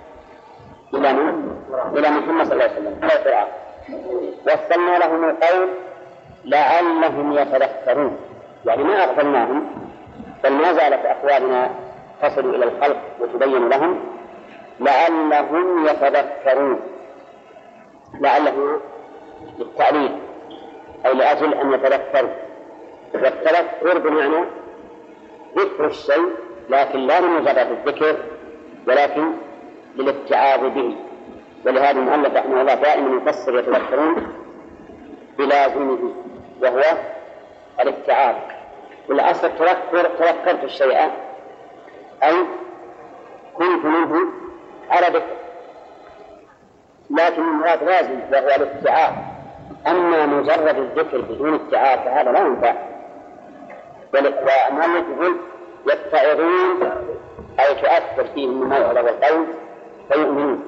إلى محمد صلى الله عليه وسلم على القرآن. وصلنا لهم القول لعلهم يتذكرون، يعني ما أغفلناهم، بل ما زالت أقوالنا تصل إلى الخلق وتبين لهم لعلهم يتذكرون. لعله للتعليل أي لأجل أن يتذكروا. والتذكر بمعنى ذكر الشيء، لكن لا لمجرد الذكر ولكن للاتعاظ به. ولهذا المؤلف رحمه الله دائما يفسر يتذكرون بلازمه وهو الاتعاظ. والأصل تذكرت الشيء أي كنت منه على ذكر، لكن المراد لازم وهو الاتعاظ. أما مجرد الذكر بدون اتعاظ فهذا لا ينفع. والمؤلف يقول يتعظون أي تؤثر فيهم الموعظة والقول فيؤمنون.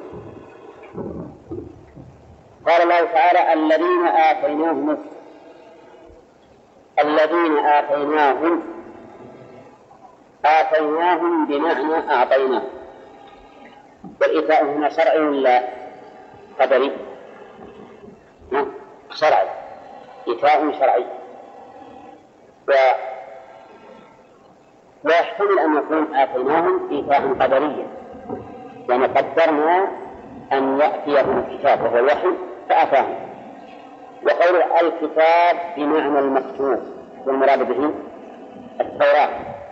قال الله تعالى الذين آتيناهم بمعنى أعطيناه. والإيتاء هنا شرعي ولا قدري؟ شرعي، إيتاء شرعي. ويحتمل أن يكون آتيناهم إيتاء قدريا، يعني قدرنا أن يأتيهم الكتاب وهو الوحي فأتاهم. وقول الكتاب بمعنى المكتوب والمراد به التوراة،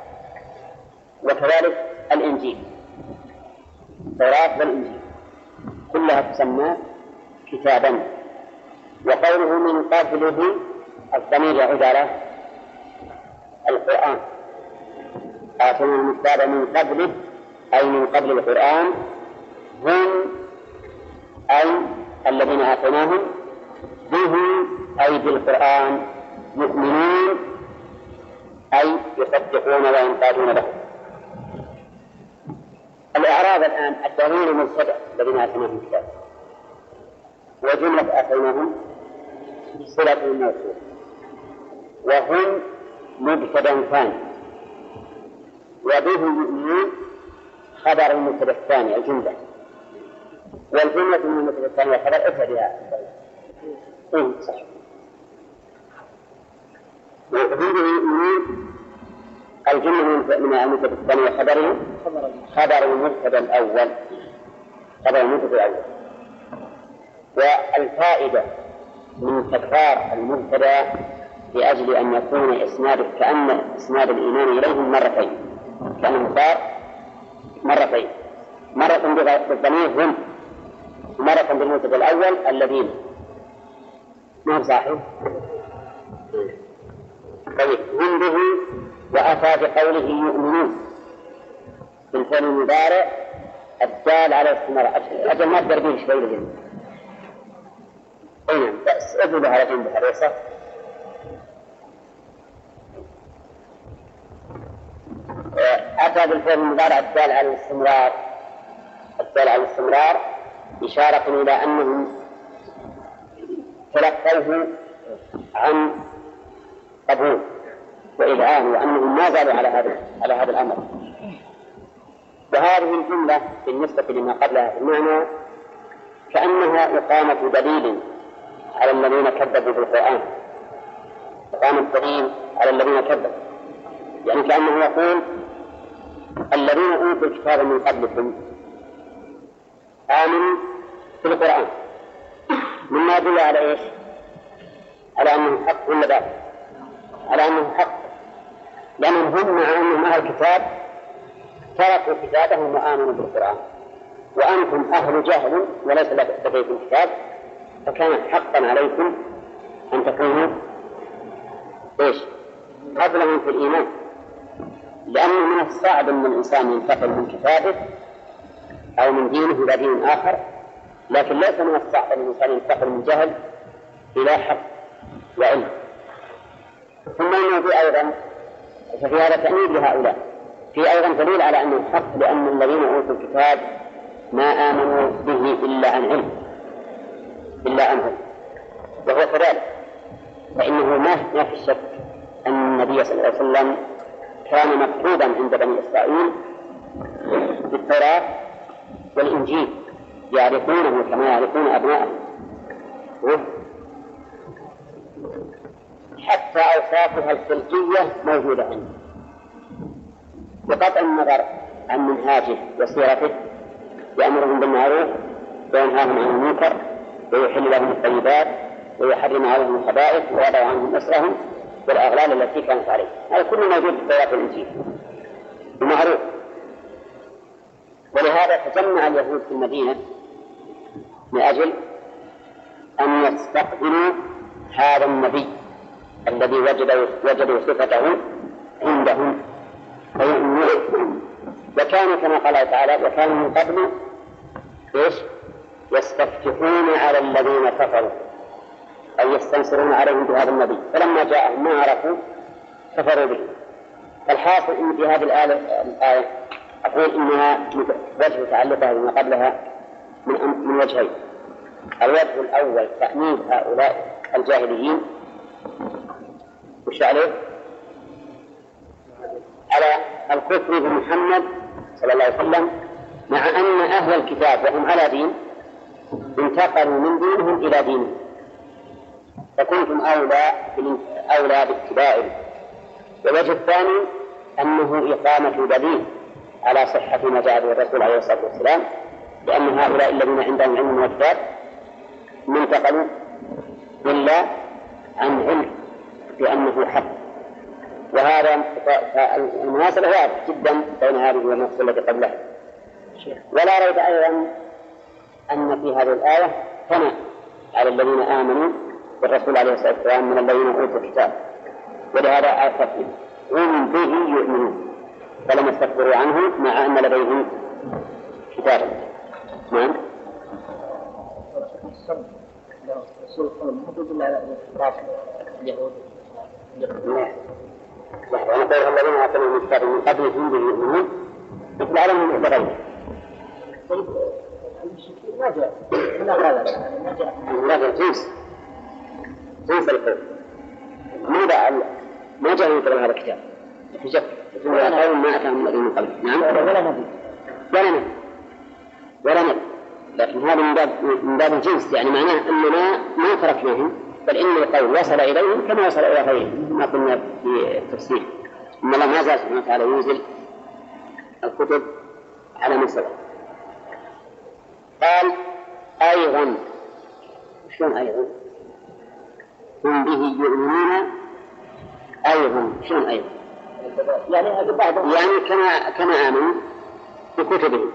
وكذلك الإنجيل. التوراة والإنجيل كلها تسمى كتابا. وقوله من قبله الضمير يعود على القرآن. آتينا الكتاب من قبله أي من قبل القرآن هم أي الذين آتيناهم أي بالقرآن يؤمنون أي يصدقون وينقادون له. الإعراب الآن الذين مبتدأ الذين آتيناهم الكتاب، وجملة آتيناهم صلة الموصول، وهم مبتدأ ثاني، وبه يؤمنون خبر المبتدأ الثاني الجملة، والجملة من المبتدأ الثاني خبر ابتدأ صح. وهم به يؤمنون الجملة من المبتدأ الثاني وخبره خبر المبتدأ الأول، خبر المبتدأ الأول. والفائدة من تكرار المبتدأ لأجل أن يكون إسناد كأن إسناد الإيمان إليهم مرتين، كأنه صار مرتين، مرة بالضمير هم، مرة بالمبتدأ الأول الذين. ما هو صحيح؟ طيب هم به وأتى بقوله يؤمنون بالفعل المضارع الدال على الاستمرار. أجل ما أقدر به شوي لجنب أي نعم بس أجل على جنب اليسار. أتى بالفعل المضارع الدال على الاستمرار، الدال على الاستمرار إشارة إلى أنهم تلقوه عن قبول وإذعان، وأنهم ما زالوا على هذا الأمر. وهذه الجملة بالنسبة لما قبلها في المعنى كأنها إقامة دليل على الذين كذبوا بالقرآن، إقامة دليل على الذين كذبوا، يعني كأنه يقول الذين أوتوا الكتاب من قبلكم آمنوا بالقرآن، مما يدل على إيش؟ على أنه حق ولا باطل؟ على أنه حق، لأنهم هم مع أنهم أهل الكتاب تركوا كتابهم وآمنوا بالقرآن، وأنتم أهل جهل وليس لديكم كتاب، فكان حقا عليكم أن تكونوا إيش؟ قبلهم في الإيمان، لأنه من الصعب أن الإنسان ينتقل من كتابه أو من دينه إلى دين آخر، لكن ليس من الصعب أن الإنسان ينتقل من جهل إلى حق وعلم. ثم إنه في أيضا ففي هذا تأميد لهؤلاء، في أيضا دليل على أنه حق، لأن الذين أوتوا الكتاب ما آمنوا به إلا عن علم، إلا عن علم، وهو كذلك، فإنه ما في الشك أن النبي صلى الله عليه وسلم كان مكتوبا عند بني إسرائيل في التوراة والإنجيل يعرفونه كما يعرفون أبناءهم، حتى أوصافها الخلقية موجودة عنده، بقطع النظر عن منهاجه وسيرته، يأمرهم بالمعروف وينهاهم عن المنكر ويحل لهم الطيبات ويحرم عليهم الخبائث ويضع عنهم إصرهم والأغلال التي كانت عليه. هذا كله موجود في التوراة والإنجيل المعروف. ولهذا تجمع اليهود في المدينة من أجل أن يستقبلوا هذا النبي الذي وجدوا صفته عندهم فيؤمنون. وكانوا كما قال تعالى وكانوا من قبل يستفتحون على الذين كفروا أي يستنصرون عليهم بهذا النبي، فلما جاءهم ما عرفوا كفروا به. فالحاصل إن في هذه الآية أقول إنها وجه تعلقها بما قبلها من وجهين. الوجه الأول تأمين هؤلاء الجاهليين وش عليه؟ على الكفر بمحمد صلى الله عليه وسلم، مع أن أهل الكتاب وهم على دين انتقلوا من دينهم إلى دينهم، فكنتم أولى باتباعه. والوجه الثاني أنه إقامة دليل على صحة ما جاء به الرسول عليه الصلاة والسلام، لأن هؤلاء الذين عندهم علم من الكتاب ما انتقلوا إلا عن علم بأنه حق. وهذا المناسبة واضح جدا بين هذه والنص التي قبلها. ولا ريب أيضا أن في هذه الآية ثناء على الذين آمنوا بالرسول عليه الصلاة والسلام من الذين أوتوا الكتاب، ولهذا آية هم به يؤمنون فلم يستكبروا عنه مع أن لديهم كتابا. نعم. رسول قول ما تدل على إطلاق اليهود. وأنا قول الذين آتوا الكتاب من قبلهم به يؤمنون مثل عالم المعتقدين. طيب المشركين ما جاء من هذا ما جاء جنس القول ما جاء من قبل هذا الكتاب في شك قول ما أتاهم الذين من قبل. نعم ولا نبي لكن هذا من باب الجنس يعني معناه أننا ما تركناهم بل إن القول وصل إليهم كما وصل إلى غيرهم ما قلنا في التفسير إن الله ما زال سبحانه وتعالى ينزل الكتب على من سبق. قال أيضا شلون أيضا هم به يؤمنون أيضا شلون أيضا يعني كما آمنوا بكتبهم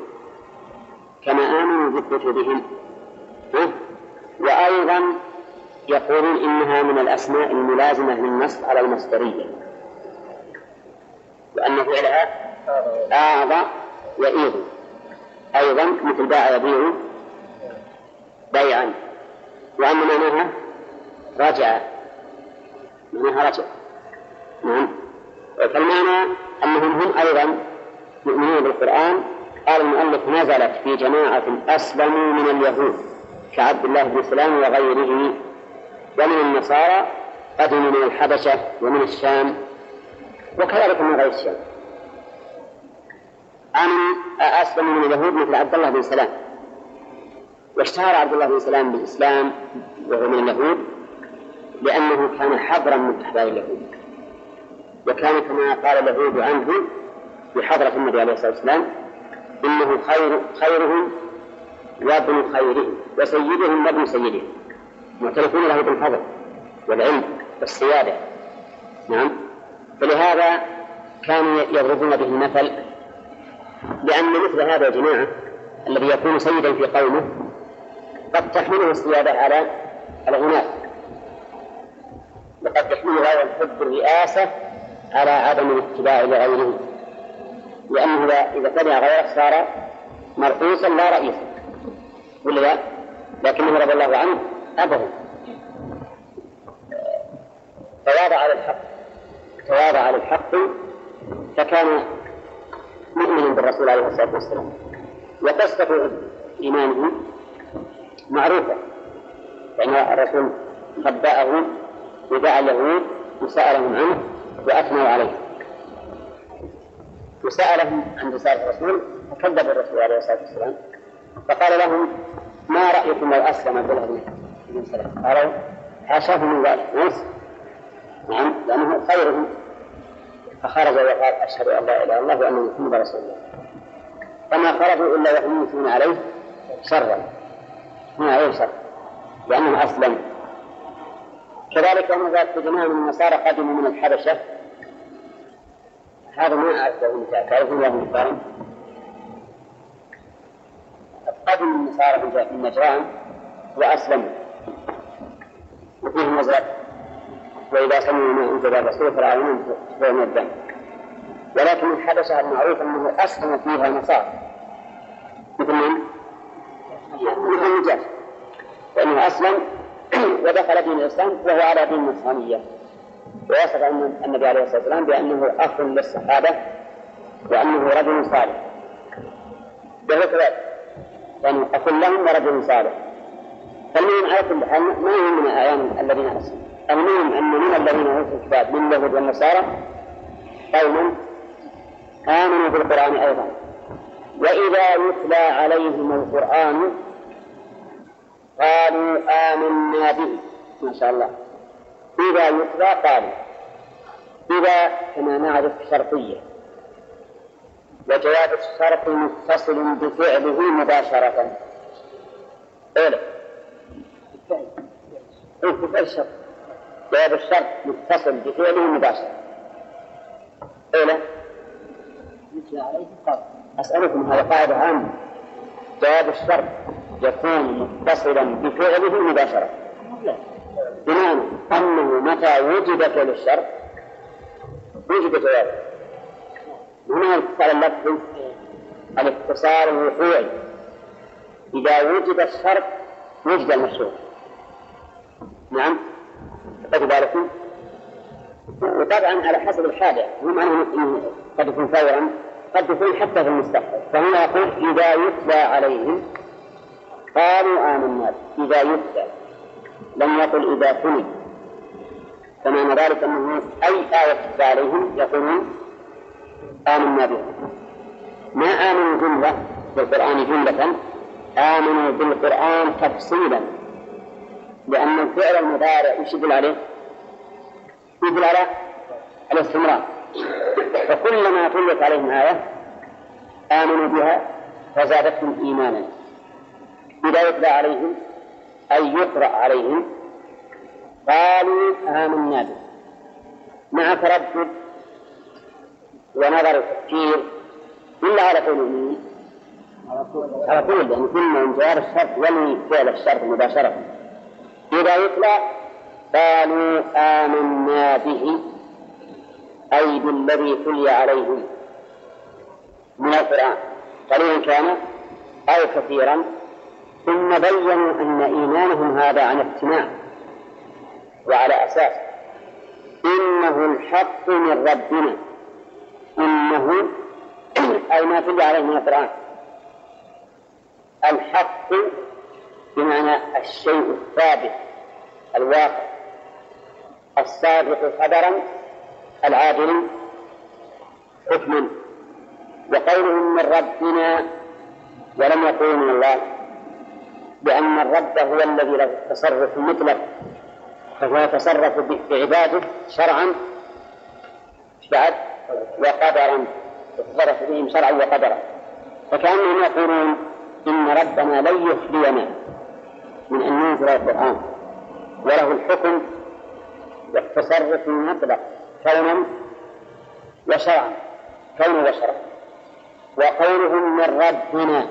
وأيضا يقولون إنها من الأسماء الملازمة للنصب على المصدرية وأن فعلها أعضى يئيض أيضا مثل باع يبيع بيعا وأن معناها رجع نعم. فالمعنى أنهم هم أيضا يؤمنون بالقرآن. قال المؤلف نزلت في جماعة أسلموا من اليهود كعبد الله بن سلام وغيره ومن النصارى قدموا من الحبشة ومن الشام وكذلك من غير الشام. أسلموا من اليهود مثل عبد الله بن سلام واشتهر عبد الله بن سلام بالإسلام وهو من اليهود لأنه كان حبرا من أحبار اليهود وكان كما قال اليهود عنه بحضرة النبي عليه الصلاة والسلام إنه خيرهم وابن خيرهم وسيدهم وابن سيدهم معترفون له بالفضل والعلم والسيادة. نعم. فلهذا كانوا يضربون به المثل لأن مثل هذا الجماعة الذي يكون سيدا في قومه قد تحمله السيادة على العناد وقد تحمله حب الرئاسة على عدم الاتباع لغيره لأنه إذا تبع غيره صار مرؤوسا لا رئيسا ولا لا؟ لكنه رضي الله عنه أبه تواضع للحق فكان مؤمنا بالرسول عليه الصلاة والسلام. وقصة إيمانه معروفة فإن الرسول خبأه ودعا اليهود وسألهم عنه وأثنوا عليه وسألهم عن رسالة الرسول فكذب الرسول عليه الصلاة والسلام فقال لهم ما رأيكم لو أسلم عبد الله بن سلام؟ قالوا حاشاه من ذلك نعم لأنه خيرهم فخرج وقال أشهد أن لا إله إلا الله وأن محمدا رسول الله فما خرجوا إلا وهم يثنون عليه شرا هنا عليه شر لأنه أسلم. كذلك ذات جماعة من النصارى قدموا من الحبشة هذا ما أعرفه مثال تعرفون له مثال قدم النصارى من نجران وأسلموا وفيهم نزلت وإذا سمعوا ما أنزل الرسول فرعون فهم الدم ولكن الحبشة المعروف أنه أسلم فيها النصارى مثل النجاش لأنه أسلم ودخل دين الإسلام وهو على دين النصرانية ووصف النبي عليه الصلاة والسلام بأنه أخ للصحابة وأنه رجل صالح وهو كذلك يعني أخ لهم ورجل صالح. فالمهم على كل حال ما هم من الأعيان الذين أسلموا المهم أن من الذين أوتوا الكتاب من اليهود والنصارى قوم آمنوا بالقرآن أيضا وإذا يتلى عليهم القرآن قالوا آمنا به ما شاء الله. إذا يتلى قالوا إذا كما نعرف شرطية وجواب الشرط متصل بفعله مباشرة أولا بفعل الشرط جواب الشرط متصل بفعله مباشرة أولا أسألكم هذا قاعدة عامة جواب الشرط يكون متصلا بفعله مباشرة بمعنى أنه متى وجد فعل الشرط وجد جوابه هنا الاتصال اللفظي الاتصال الوقوعي إذا وجد الشرط وجد المشروط نعم قد بالكم. وطبعا على حسب الحاجة، هم أنه قد يكون فورا، قد يكون حتى في المستقبل. فهنا يقول إذا يتلى عليهم قالوا آمنا. إذا يتلى، لم يقل إذا تلي، فمعنى ذلك أنه أي آية تتلى عليهم يقولون آمنا بها. ما آمنوا جملة بالقرآن جملة، آمنوا بالقرآن تفصيلا، لأن الفعل المضارع يشدل عليه، يدل على الاستمرار. فكلما تلت عليهم آية آمنوا بها فزادتهم إيمانا. إذا يتلى عليهم أي يقرأ عليهم قالوا آمنا به، مع تردد ونظر وتفكير، إلا على قول مين؟ على قول، لأن كنا من جوار الشرط ولي فعل الشرط مباشرة. إذا يتلى قالوا آمنا به أي بالذي تلي عليهم من القرآن، قليلا كان أو كثيرا. ثم بينوا أن إيمانهم هذا عن اقتناع وعلى أساس إنه الحق من ربنا، إنه أي ما تلي عليه من القرآن. الحق بمعنى الشيء الثابت الواقع الصادق خبرا العادل حكما. وقولهم من ربنا ولم يقولوا من الله، لأن الرب هو الذي له التصرف المطلق، فهو يتصرف بعباده شرعا بعد وقدرا، يتصرف بهم شرعا وقدرا. فكأنهم يقولون إن ربنا لن يخلينا من أن ينزل القرآن، وله الحكم والتصرف المطلق كونا وشرعا، كونا وشرعا. وقولهم من ربنا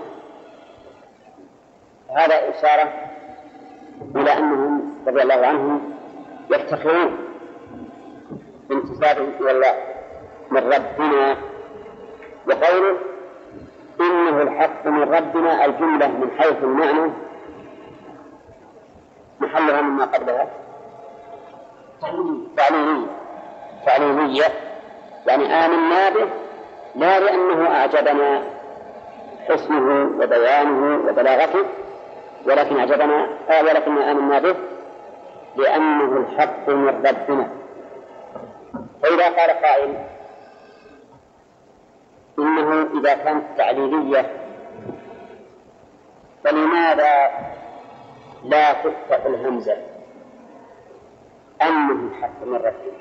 هذا إشارة إلى أنهم رضي الله عنهم يفتخرون بانتسابهم إلى الله من ربنا. وقوله إنه الحق من ربنا الجملة من حيث المعنى محلها مما قبلها تعليلية، يعني آمنا به لا لأنه أعجبنا حسنه وبيانه وبلاغته، ولكن آمنا به لأنه الحق من ربنا. فإذا قال قائل إنه إذا كانت تعليلية فلماذا لا تفتح الهمزة أنه الحق من ربنا؟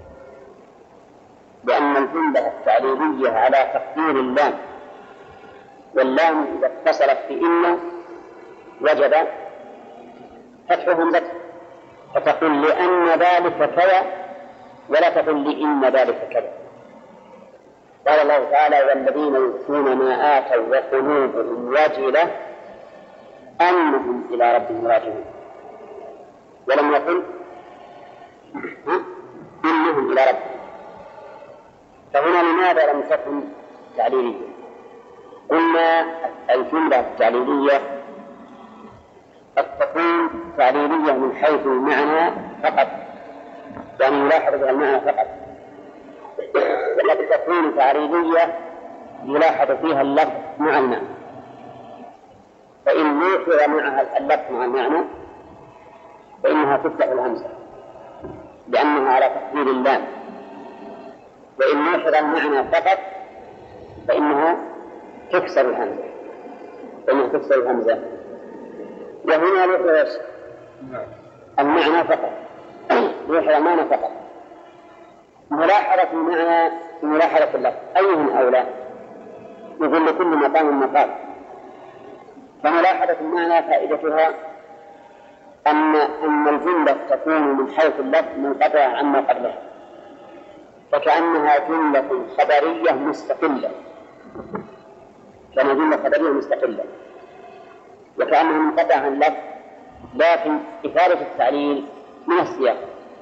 لأن الجملة التعليلية على تقدير اللام، واللام إذا اتصلت بإن وجب فتح همزته، فتقول لأن ذلك كذا ولا تقول لإن ذلك كذا. قال الله تعالى والذين يؤتون ما آتوا وقلوبهم وجلة أنهم إلى ربهم راجعون، ولم يقل إنهم إلى ربهم. فهنا لماذا لم تكن تعليلية؟ قلنا الجملة التعليلية قد تكون تعليلية من حيث المعنى فقط، يعني يلاحظ بها المعنى فقط، وقد تكون تعليلية يلاحظ فيها اللفظ مع المعنى. فإن نوحظ معها اللفظ مع المعنى فإنها تفتح الهمزة لأنها على تقدير اللام، وإن نوحظ المعنى فقط فإنها تكسر الهمزة. وهنا نوحظ المعنى فقط، نوحظ المعنى فقط. ملاحظة المعنى ملاحظة اللفظ أيهم أولى؟ يقول لكل مقام مقال. فملاحظة المعنى فائدتها أن الجملة تكون من حيث اللفظ منقطعة عما قبلها، فكأنها جملة خبرية مستقلة، كما جملة خبرية مستقلة، وكأنها منقطعة عن اللفظ، لكن إفادة التعليل من السياق.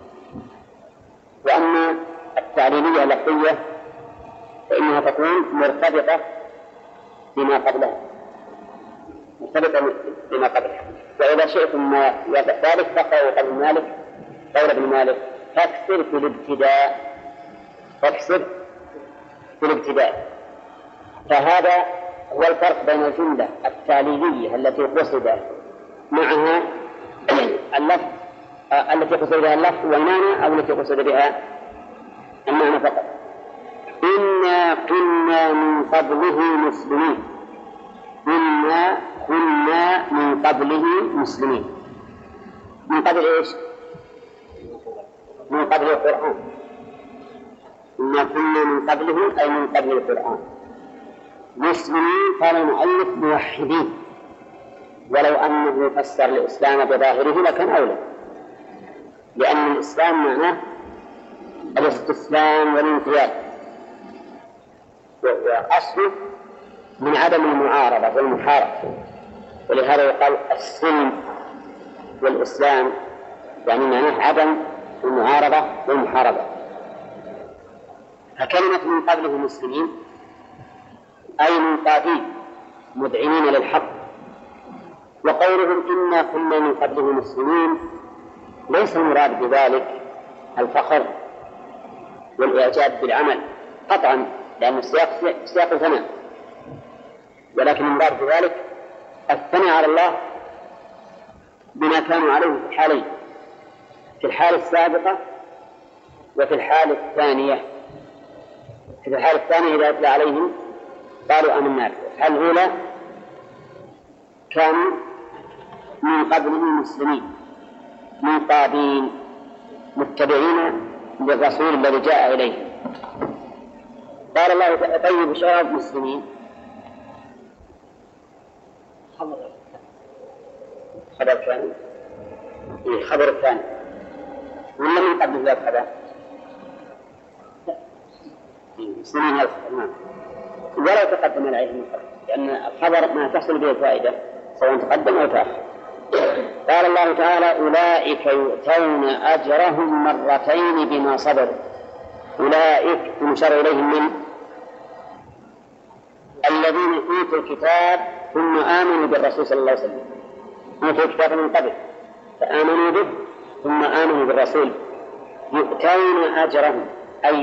وأما التعليلية اللفظية فإنها تكون مرتبطة بما قبلها، وإذا شئتم ما ذلك فقرأوا قول ابن مالك فاكسر في الابتداء، فاكسر في الابتداء. فهذا هو الفرق بين الجملة التعليلية التي قصد معها اللفظ التي قصد بها اللفظ والمعنى، أو التي قصد بها المعنى فقط. إنا كنا من قبله مسلمين، إنا كنا من قبله مسلمين. من قبل إيش؟ من قبل القرآن. إنا كنا من قبله أي من قبل القرآن مسلمين. قال المؤلف موحدين، ولو أنه فسر الإسلام بظاهره لكان أولى، لأن الإسلام معناه الاستسلام والانقياد، وأصله من عدم المعارضة والمحاربة، ولهذا يقال السلم والإسلام يعني معناه عدم المعارضة والمحاربة. فكلمة من قبله مسلمين أي منقادين مذعنين للحق. وقولهم إنا كنا من قبله مسلمين ليس المراد بذلك الفخر والإعجاب بالعمل قطعا، لأن السياق ثناء، ولكن المراد بذلك الثناء على الله بما كانوا عليه في الحالين، في الحالة السابقة وفي الحالة الثانية. في الحالة الثانية إذا أتلى عليهم قالوا آمنا. الحالة الأولى كانوا من قبله مسلمين منقادين متبعين للرسول الذي جاء إليه. قال الله طيب شراب مسلمين خبر ثاني، خبر الثاني ولا من قبل ذلك خبر مسلمين هذا نعم، ولا تقدم عليه من قبل، لأن الخبر ما تحصل به الفائدة سواء تقدم أو تأخر. قال الله تعالى أولئك يؤتون أجرهم مرتين بما صبروا. أولئك المشار إليهم من الذين أوتوا الكتاب ثم آمنوا بالرسول صلى الله عليه وسلم، أوتوا الكتاب من قبل فآمنوا به ثم آمنوا بالرسول. يؤتون أجرهم أي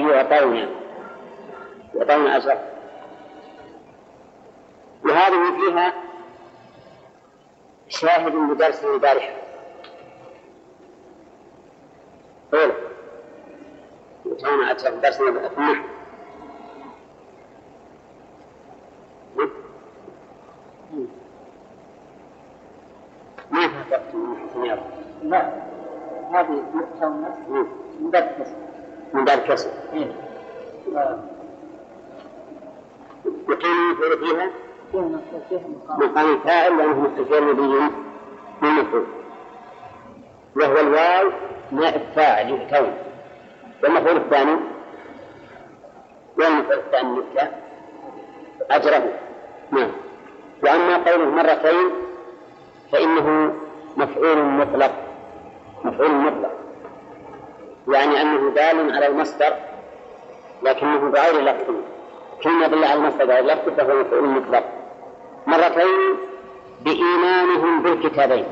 يعطون أجرهم. وهذه فيها شاهد بدرس البارحة. قول يؤتون أجرهم درس النحو. ما فهمت من لا هذه يؤتون من باب كسر. من باب كسر. وكان يفعل فيها مقام فاعل لأنه مستفيد نبي من مفعول، وهو الواو نائب فاعل يؤتون. والمفعول الثاني نكتة أجره. نعم. وأما قوله مرتين فإنه مفعول مطلق، يعني أنه دال على المصدر لكنه بغير لفظ، كما دل على المصدر بغير لفظ فهو مفعول مطلق. مرتين بإيمانهم بالكتابين،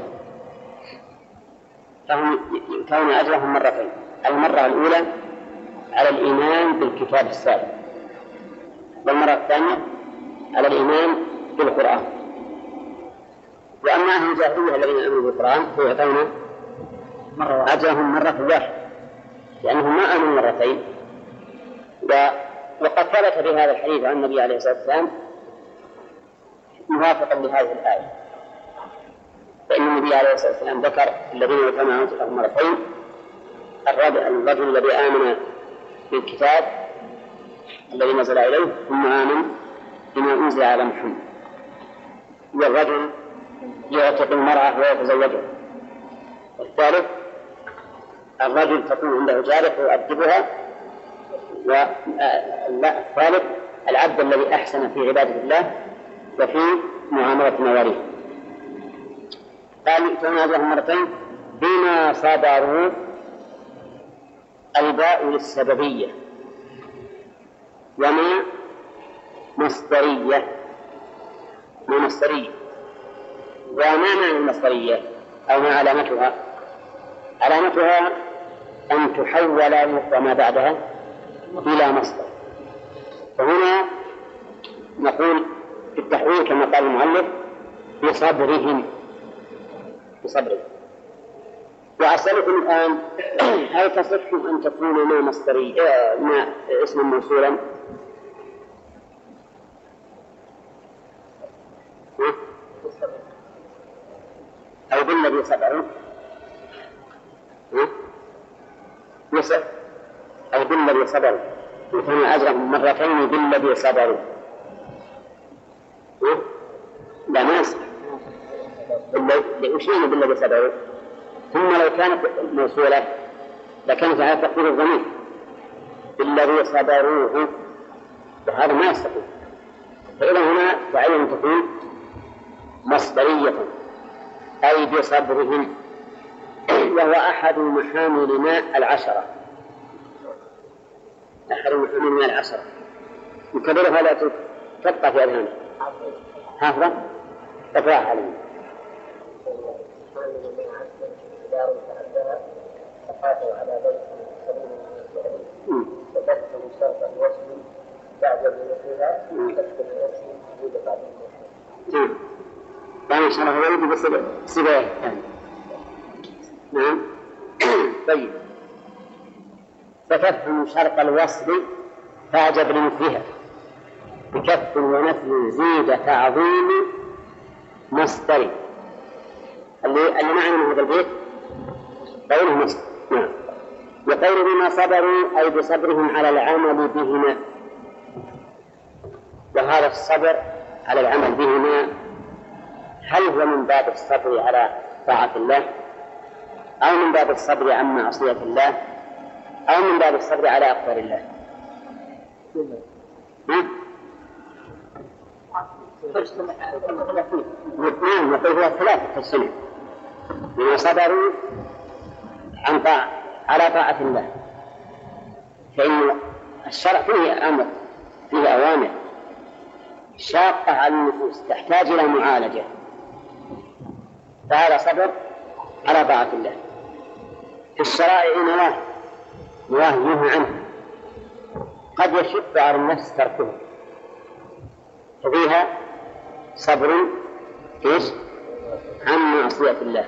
فهم يؤتون أجرهم مرتين، المرة الأولى على الإيمان بالكتاب السابق، والمرة الثانية على الإيمان بالقرآن. وأما أهل الجاهلية الذين آمنوا بالقرآن فيعطون أجرهم مرة واحدة لأنهم ما آمنوا مرتين. وقد ثبت في هذا الحديث عن النبي عليه الصلاة والسلام موافقا لهذه الآية، فإن النبي عليه الصلاة والسلام ذكر الذين يؤتون أجرهم مرتين الرجل الذي آمن بالكتاب الذي نزل إليه ثم آمن بما أنزل على محمد، والرجل يعتق المرأة ويتزوجها. والثالث الرجل تكون عنده جارية فيؤدبها. والثالث العبد الذي أحسن في عبادة الله وفي معاملة مواليه. قال يؤتون أجرهم مرتين بما صبروا. الباء للسببية وما مصدرية. وما معنى المصدرية؟ أو ما علامتها؟ علامتها أن تحول وما بعدها إلى مصدر. فهنا نقول في التحويل كما قال المؤلف بصبرهم، بصبرهم. وأسألكم الآن هل تصح أن تكون ما مصدري ما اسما موصولا؟ أو بالذي صبروا يصح، أو بالذي صبروا يكون أجرهم مرتين بالذي صبروا. لا ما يصح، لأشياء بالذي صبروا. ثم لو كانت موصولة لكانت على تقدير الضمير بالذي صبروه، وهذا ما يستطيع. فإذا هنا تعين أن تكون مصدرية أي بصبرهم، وهو أحد محامل ماء العشرة، أحد محامل ماء العشرة. نكررها لا تبقى في أذهانك. حافظة تقرأها علينا. دار تعبها فحافظ على بيت سبيل من وتكتب شرط الوصل بعد بلوغها تكتب الوصل وجود بعد الوصل. يعني شرح ولد بصبايا. نعم. طيب، فتفهم شرط الوصل فاعجب لمثلها بكف ونفي زيد تعظيم مصدر. اللي معنى من هذا البيت قوله مصدر. نعم. وقوله بما صبروا أي بصبرهم على العمل بهما، وهذا الصبر على العمل بهما هل هو من باب الصبر على طاعة الله، أو من باب الصبر عن معصية الله، أو من باب الصبر على أقدار الله؟ نعم، يقول هو ثلاثة تجتمع. بما صبروا على طاعة الله، فإن الشرع فيه أمر، فيه أوامر شاقة على النفوس تحتاج إلى معالجة، فهذا صبر على طاعة الله. في الشرائع نواه ينهى عنه قد يشق على النفس تركه، ففيها صبر عن معصية الله.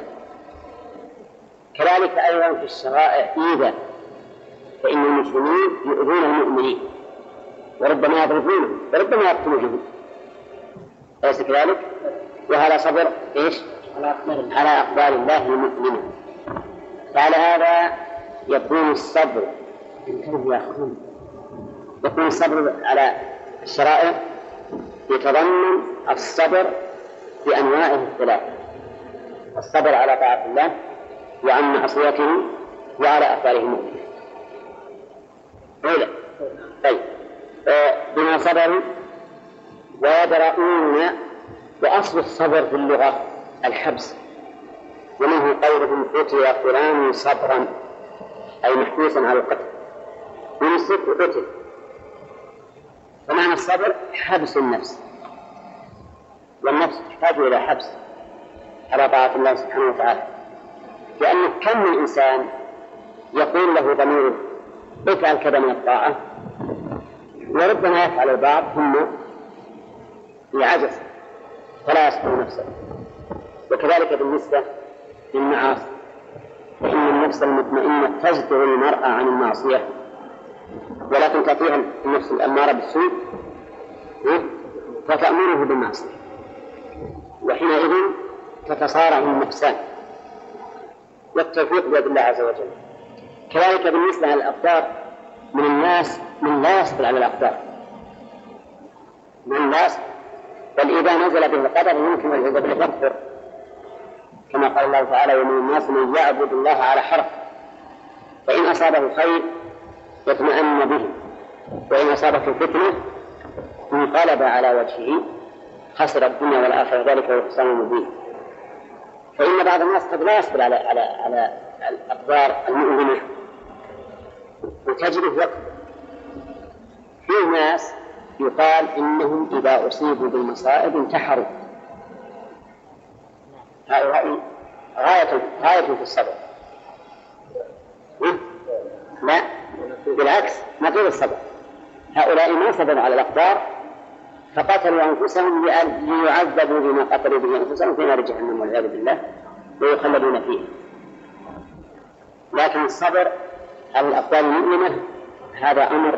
كذلك أيضا في الشرائع إيذاء، فإن المسلمين يؤذون المؤمنين وربما يضربونهم وربما يقتلونهم، أليس كذلك؟ وهذا صبر على أقدار الله المؤمنة. فعلى هذا يكون الصبر على الشرائع يتضمن الصبر بأنواعه الثلاثة: الصبر على طاعة الله وعن معصيته وعلى أقداره المؤمنة. طيب، بما صبروا ويدرؤون. وأصل الصبر في اللغة الحبس، ومنه قولهم قتل فلان صبرا أي محبوسا على القتل، يمسك وقتل. فمعنى الصبر حبس النفس، والنفس تحتاج إلى حبس على طاعة الله سبحانه وتعالى، لأنه كم من إنسان يقول له ضميره افعل كذا من الطاعة، وربما يفعل البعض ثم يعجز فلا يصبر نفسه. وكذلك بالنسبة للمعاصي، فإن النفس المطمئنة تزجر المرأة عن المعصية، ولكن تأتيها النفس الأمارة بالسوء فتأمره بالمعصية، وحينئذ تتصارع النفسان، والتوفيق بيد الله عز وجل. كذلك بالنسبة للأقدار، من الناس من لا يصبر على الأقدار، من الناس بل إذا نزل به القدر يمكن والعياذ بالله يكفر، كما قال الله تعالى: ومن الناس من يعبد الله على حرف، فإن أصابه خير يطمئن به، وإن أصابته فتنة انقلب على وجهه خسر الدنيا والآخرة، ذلك هو الخسران المبين. فإن بعض الناس قد لا يصبر على الأقدار المؤلمة، وتجده يقدر. في ناس يقال إنهم إذا أصيبوا بالمصائب انتحروا، هؤلاء غاية بالعكس نقيض الصبر. هؤلاء ما صبروا على الأقدار فقتلوا أنفسهم ليعذبوا بما قتلوا به أنفسهم في نار جهنم والعياذ بالله ويخلدون فيها. لكن الصبر على الأقدار المؤلمة هذا أمر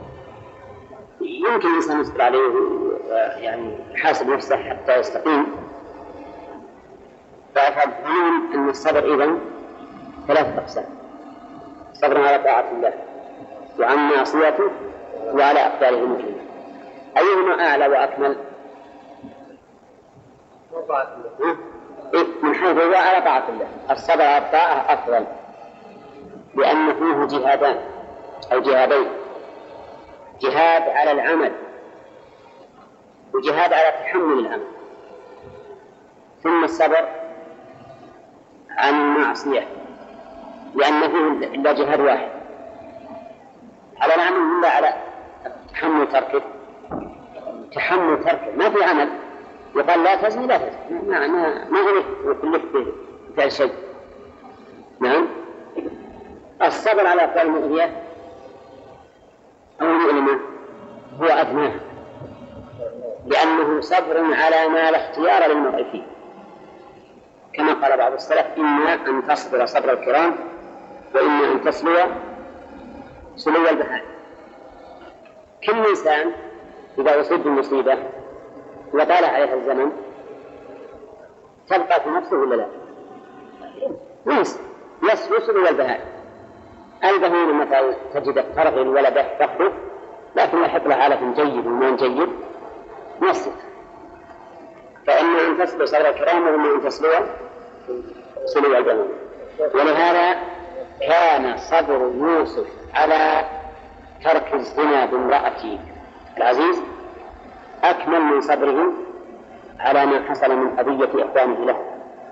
يمكن الإنسان يصبر عليه يعني يحاسب نفسه حتى يستقيم. فأفهمون أن الصبر إذن ثلاثة أقسام: صبر على طاعة الله وعن معصيته وعلى أقداره المؤلمة. أيهما أعلى وأكمل؟ من حيث هو على طاعة الله. الصبر على الطاعة أفضل لأن فيه جهادان أو جهادين: جهاد على العمل وجهاد على تحمل العمل. ثم الصبر عن المعصية لأن فيه إلا جهاد واحد على العمل إلا على تحمل تركه. تحمل تركه ما في عمل يقال لا تزني لا تزني ما غلط وكلفت بفعل شيء. نعم. الصبر على أقدار المؤذية أو المؤلمة هو أدناه لأنه صبر على ما لا اختيار للمرء فيه، كما قال بعض السلف: إما أن تصبر صبر الكرام وإما أن تسلو سلو البهائم. كل إنسان إذا أصيب بالمصيبة وطال عليها الزمن تبقى في نفسه ولا لا؟ يسلو سلو البهائم. البهيم متى تجد ترغي ولده تخطف لكن يحط له علف جيد وماء جيد نسل. فإما أن تسلو صبر الكرام وإما أن تسلو سلو البهائم. ولهذا كان صبر يوسف على ترك الزنا بامرأة العزيز أكمل من صبره على ما حصل من أذية إخوانه له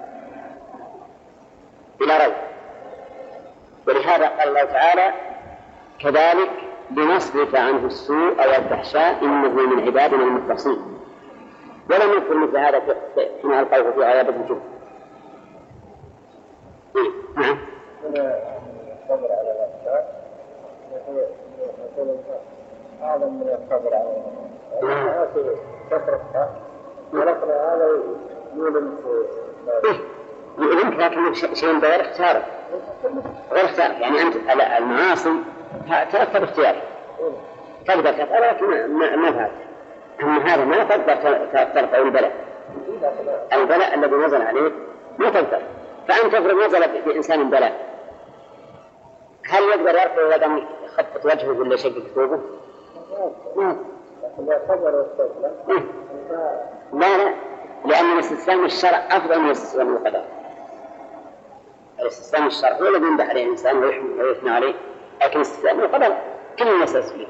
بلا ريب. ولهذا قال الله تعالى: كذلك لنصرف عنه السوء والفحشاء إنه من عبادنا المخلصين. ولم يذكر مثل هذا فيما ألقوه في غيابة الجب. نعم. الصبر على الأخطاء أعظم من الصبر على الأخطاء. تتركها ولكن هذا يؤلمك لكن شيء غير اختيارك يعني أنت المعاصي تأثر اختيارك تقدر تفعل لكن ما فعلت. أما هذا ما تقدر ترفع البلاء الذي نزل عليك ما تقدر. فأنت تفرض نزل في إنسان بلاء هل يقدر يرفع يده يخطط وجهه ولا يشقق ثوبه؟ لا لأن الاستسلام الشرع أفضل من الاستسلام القدر. الاستسلام الشرع هو الذي يمدح عليه الإنسان ويثنى عليه، لكن الاستسلام القدر كل الناس يستسلم.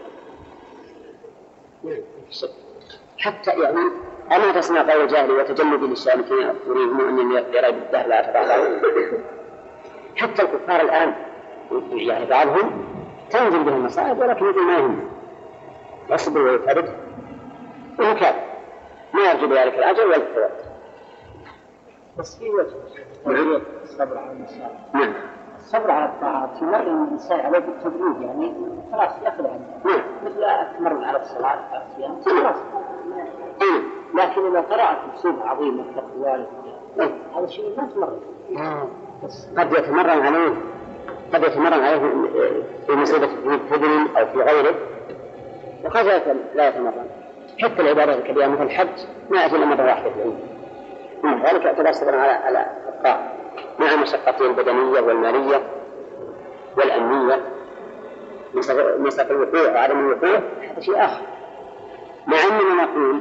حتى يعني أما تسمع قول الجاهل وتجلد للشامتين يريدون أن يرى بالدهر لا أتبعه. حتى الكفار الآن يعني بعضهم تنزل بهم المصائب ولكن يقول ما يهم يصبر ويفرد وهكذا ما يرجو بذلك الأجر ولا الثواب. بس في وجه الصبر على المصائب. نعم. الصبر على الطاعات يمر الإنسان عليه بالتدريج يعني خلاص يأخذ عنه. مثل أتمرن على الصلاة على الصيام خلاص. لكن إذا قرأت مصيبة عظيمة كالقوارث هذا الشيء ما تمرن. قد يتمرن عليه في مصيبة في فضل أو في غيره وقد لا يتمرن. حتى العبادات الكبيرة مثل الحج ما يأتي إلا مرة واحدة في العمر. من ذلك اعتبر صبرا على الطاعة مع مشقته البدنية والمالية والأمنية مسافة الوقوع وعدم الوقوع هذا شيء آخر. مع أننا نقول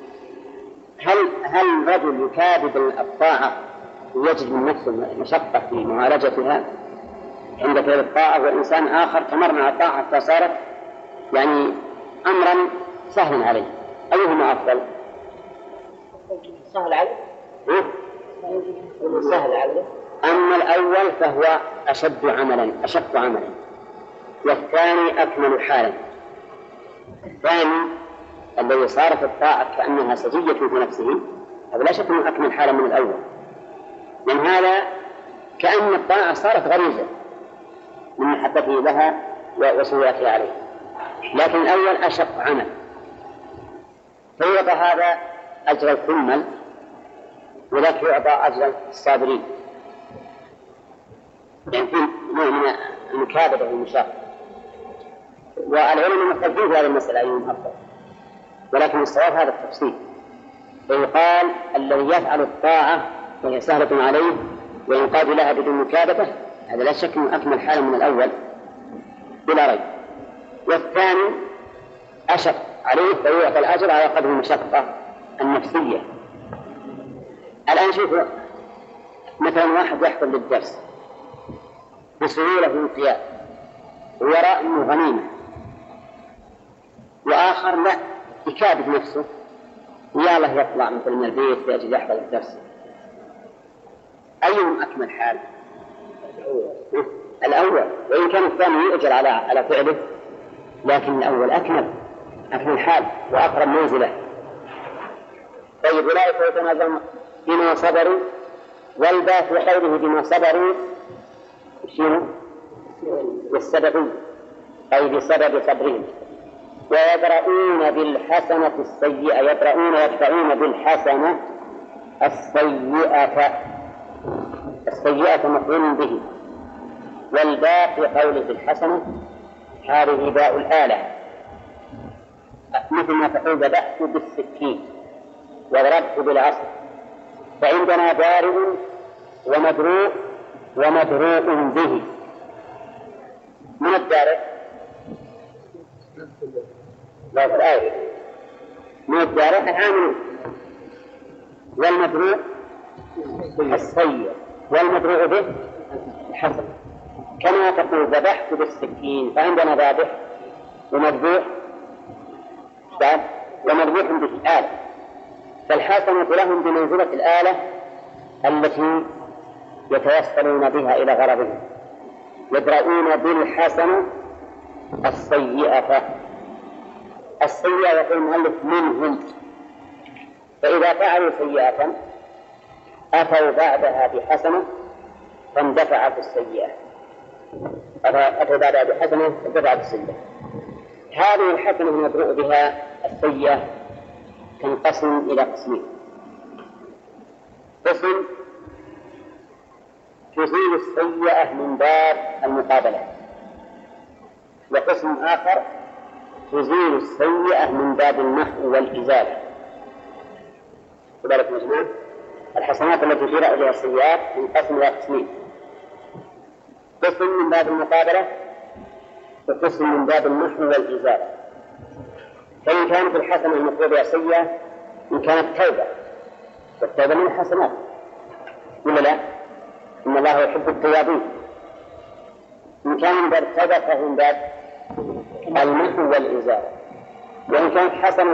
هل الرجل يكابد الطاعة ويجد من نفسه مشقة في معالجتها عند فعل الطاعة وإنسان آخر تمرن على الطاعة حتى صارت يعني أمرا سهلا عليه؟ أيهما أفضل؟ سهل عليه؟ سهل عليه. أما الأول فهو أشق عملا والثاني أكمل حالا. الثاني الذي صار في الطاعة كأنها سجية في نفسه هذا لا شك أنه أكمل حالا من الأول، من هذا كأن الطاعة صارت غريزة من محبته لها وسيئته عليه، لكن الأول أشق عمل، فيعطى هذا أجر الكمل وذاك يعطى أجر الصابرين، يعني نوع من المكابدة والمشاقة. والعلماء مختلفين في هذه المسألة أيهم أفضل، ولكن الصواب هذا التفصيل، فيقال الذي يفعل الطاعة وهي سهلة عليه وينقاد لها بدون مكابدة هذا لا شك أنه أكمل حالا من الأول بلا ريب، والثاني أشق عليه فيعطى الأجر على قدر المشقة النفسية. الآن شوفوا مثلا واحد يحضر للدرس بسهولة في القيام ويرى أنه غنيمة، وآخر لا يكابد نفسه ويا الله يطلع مثل من البيت لأجل يحضر الدرس، أيهم أكمل حال؟ الأول، وإن كان الثاني يؤجر على فعله، لكن الأول أكمل حال وأقرب منزله. طيب أولئك يتنازلون بما صبروا، والباء في قوله بما صبروا بالسبب أي بسبب صبرهم. ويدرؤون بالحسنة السيئة، يدفعون بالحسنة السيئة مفعول به، والباء في قوله بالحسنة هذه باء الآلة، مثل ما تقول ذبحت بالسكين وضربت بالعصا، فعندنا دارئ ومدروء به. من الدارئ؟ لا في الآية من الدارئ العامل، والمدروء السيء، والمدروء به الحسن. كما تقول ذبحت بالسكين فعندنا ذابح ومذبوح بالآلة، فالحسنة لهم بمنزلة الآلة التي يتوصلون بها إلى غرضهم. يدرؤون بالحسنة السيئة يقول المؤلف منهم، فإذا فعلوا سيئة أتوا بعدها بحسنة فاندفعت السيئة، أتوا بعدها بحسنة فاندفعت السيئة. هذه الحسنة المدروء بها السيئة تنقسم إلى قسمين: قسم تزيل السيئة من باب المقابلة، وقسم آخر تزيل السيئة من باب المحو والإزالة. وذلك مجموع الحسنات التي تزيل بها السيئات تنقسم إلى قسمين: قسم من باب المقابلة وقسم من باب المحو والإزالة. فإن كانت الحسنة المطلوبة بها سيئة إن كانت توبة، والتوبة من الحسنات ولا لا؟ إن الله يحب التوابين. إن كان من باب التوبة فهو من باب المحو والإزالة. وإن كانت حسنة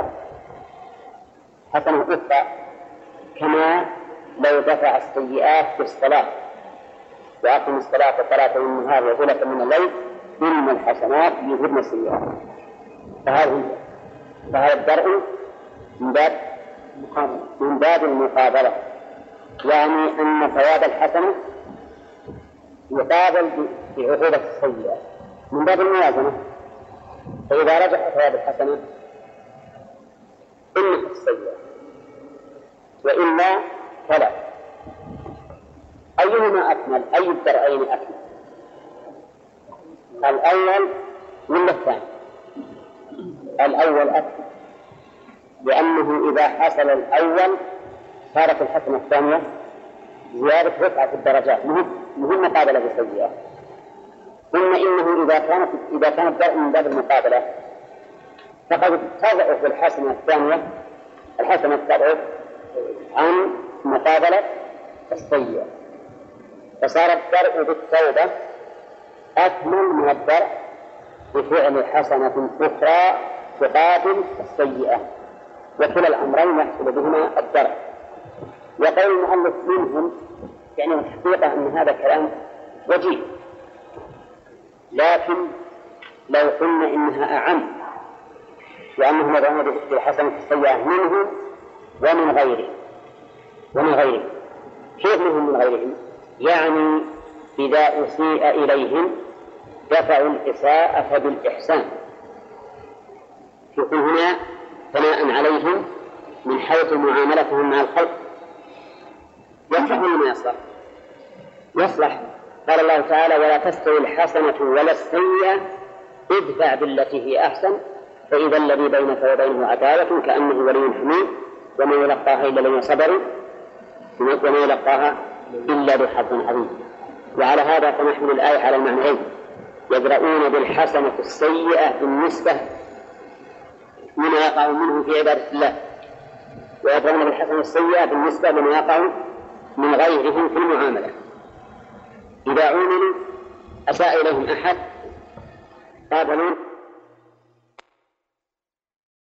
أخرى كما لو دفع السيئات بالصلاة وأقم الصلاة طرفي النهار وزلفا من الليل إن الحسنات يذهبن السيئات، فهذا الدرء من باب المقابلة، يعني أن ثواب الحسنة يقابل بعقوبة السيئة من باب الموازنة. فإذا رجح ثواب الحسنة إنها السيئة، وإلا فلا. أيهما أكمل؟ أي الدرعين أكمل؟ الأول ولا الثاني؟ الأول أكمل، لأنه إذا حصل الأول صارت الحسنة الثانية زيادة رفعة في الدرجات مهم مقابلة بالسيئة. ثم إنه إذا كان الدرء من باب المقابلة فقد تضعف الحسنة الثانية، الحسنة تضعف عن مقابلة السيئة، فصار الدرء بالتوبة أكمل من الدرء بفعل حسنة أخرى تقابل السيئة، وكلا الأمرين يحصل بهما الدرء. وقول المؤلف منهم يعني الحقيقة أن هذا كلام وجيه، لكن لو قلنا إنها أعم وأنهم يدعون بالحسنة السيئة منهم ومن غيرهم. كيف منهم من غيرهم؟ يعني إذا أسيء إليهم دفعوا الإساءة بالإحسان، يكون هنا ثناء عليهم من حيث معاملتهم مع الخلق. يصلح ولا ما يصلح؟ يصلح. قال الله تعالى: ولا تستوي الحسنة ولا السيئة ادفع بالتي هي أحسن فإذا الذي بينك وبينه عداوة كأنه ولي حميم وما يلقاها إلا الذين صبروا وما يلقاها إلا ذو حظ عظيم. وعلى هذا فنحمل الآية على المعنيين: يدرؤون بالحسنة السيئة بالنسبة لما يقع منه في عبادة الله، ويدرؤون بالحسنة السيئة بالنسبة لما يقع من غيرهم في المعاملة. إذا عوملوا أساء إليهم أحد قابلوا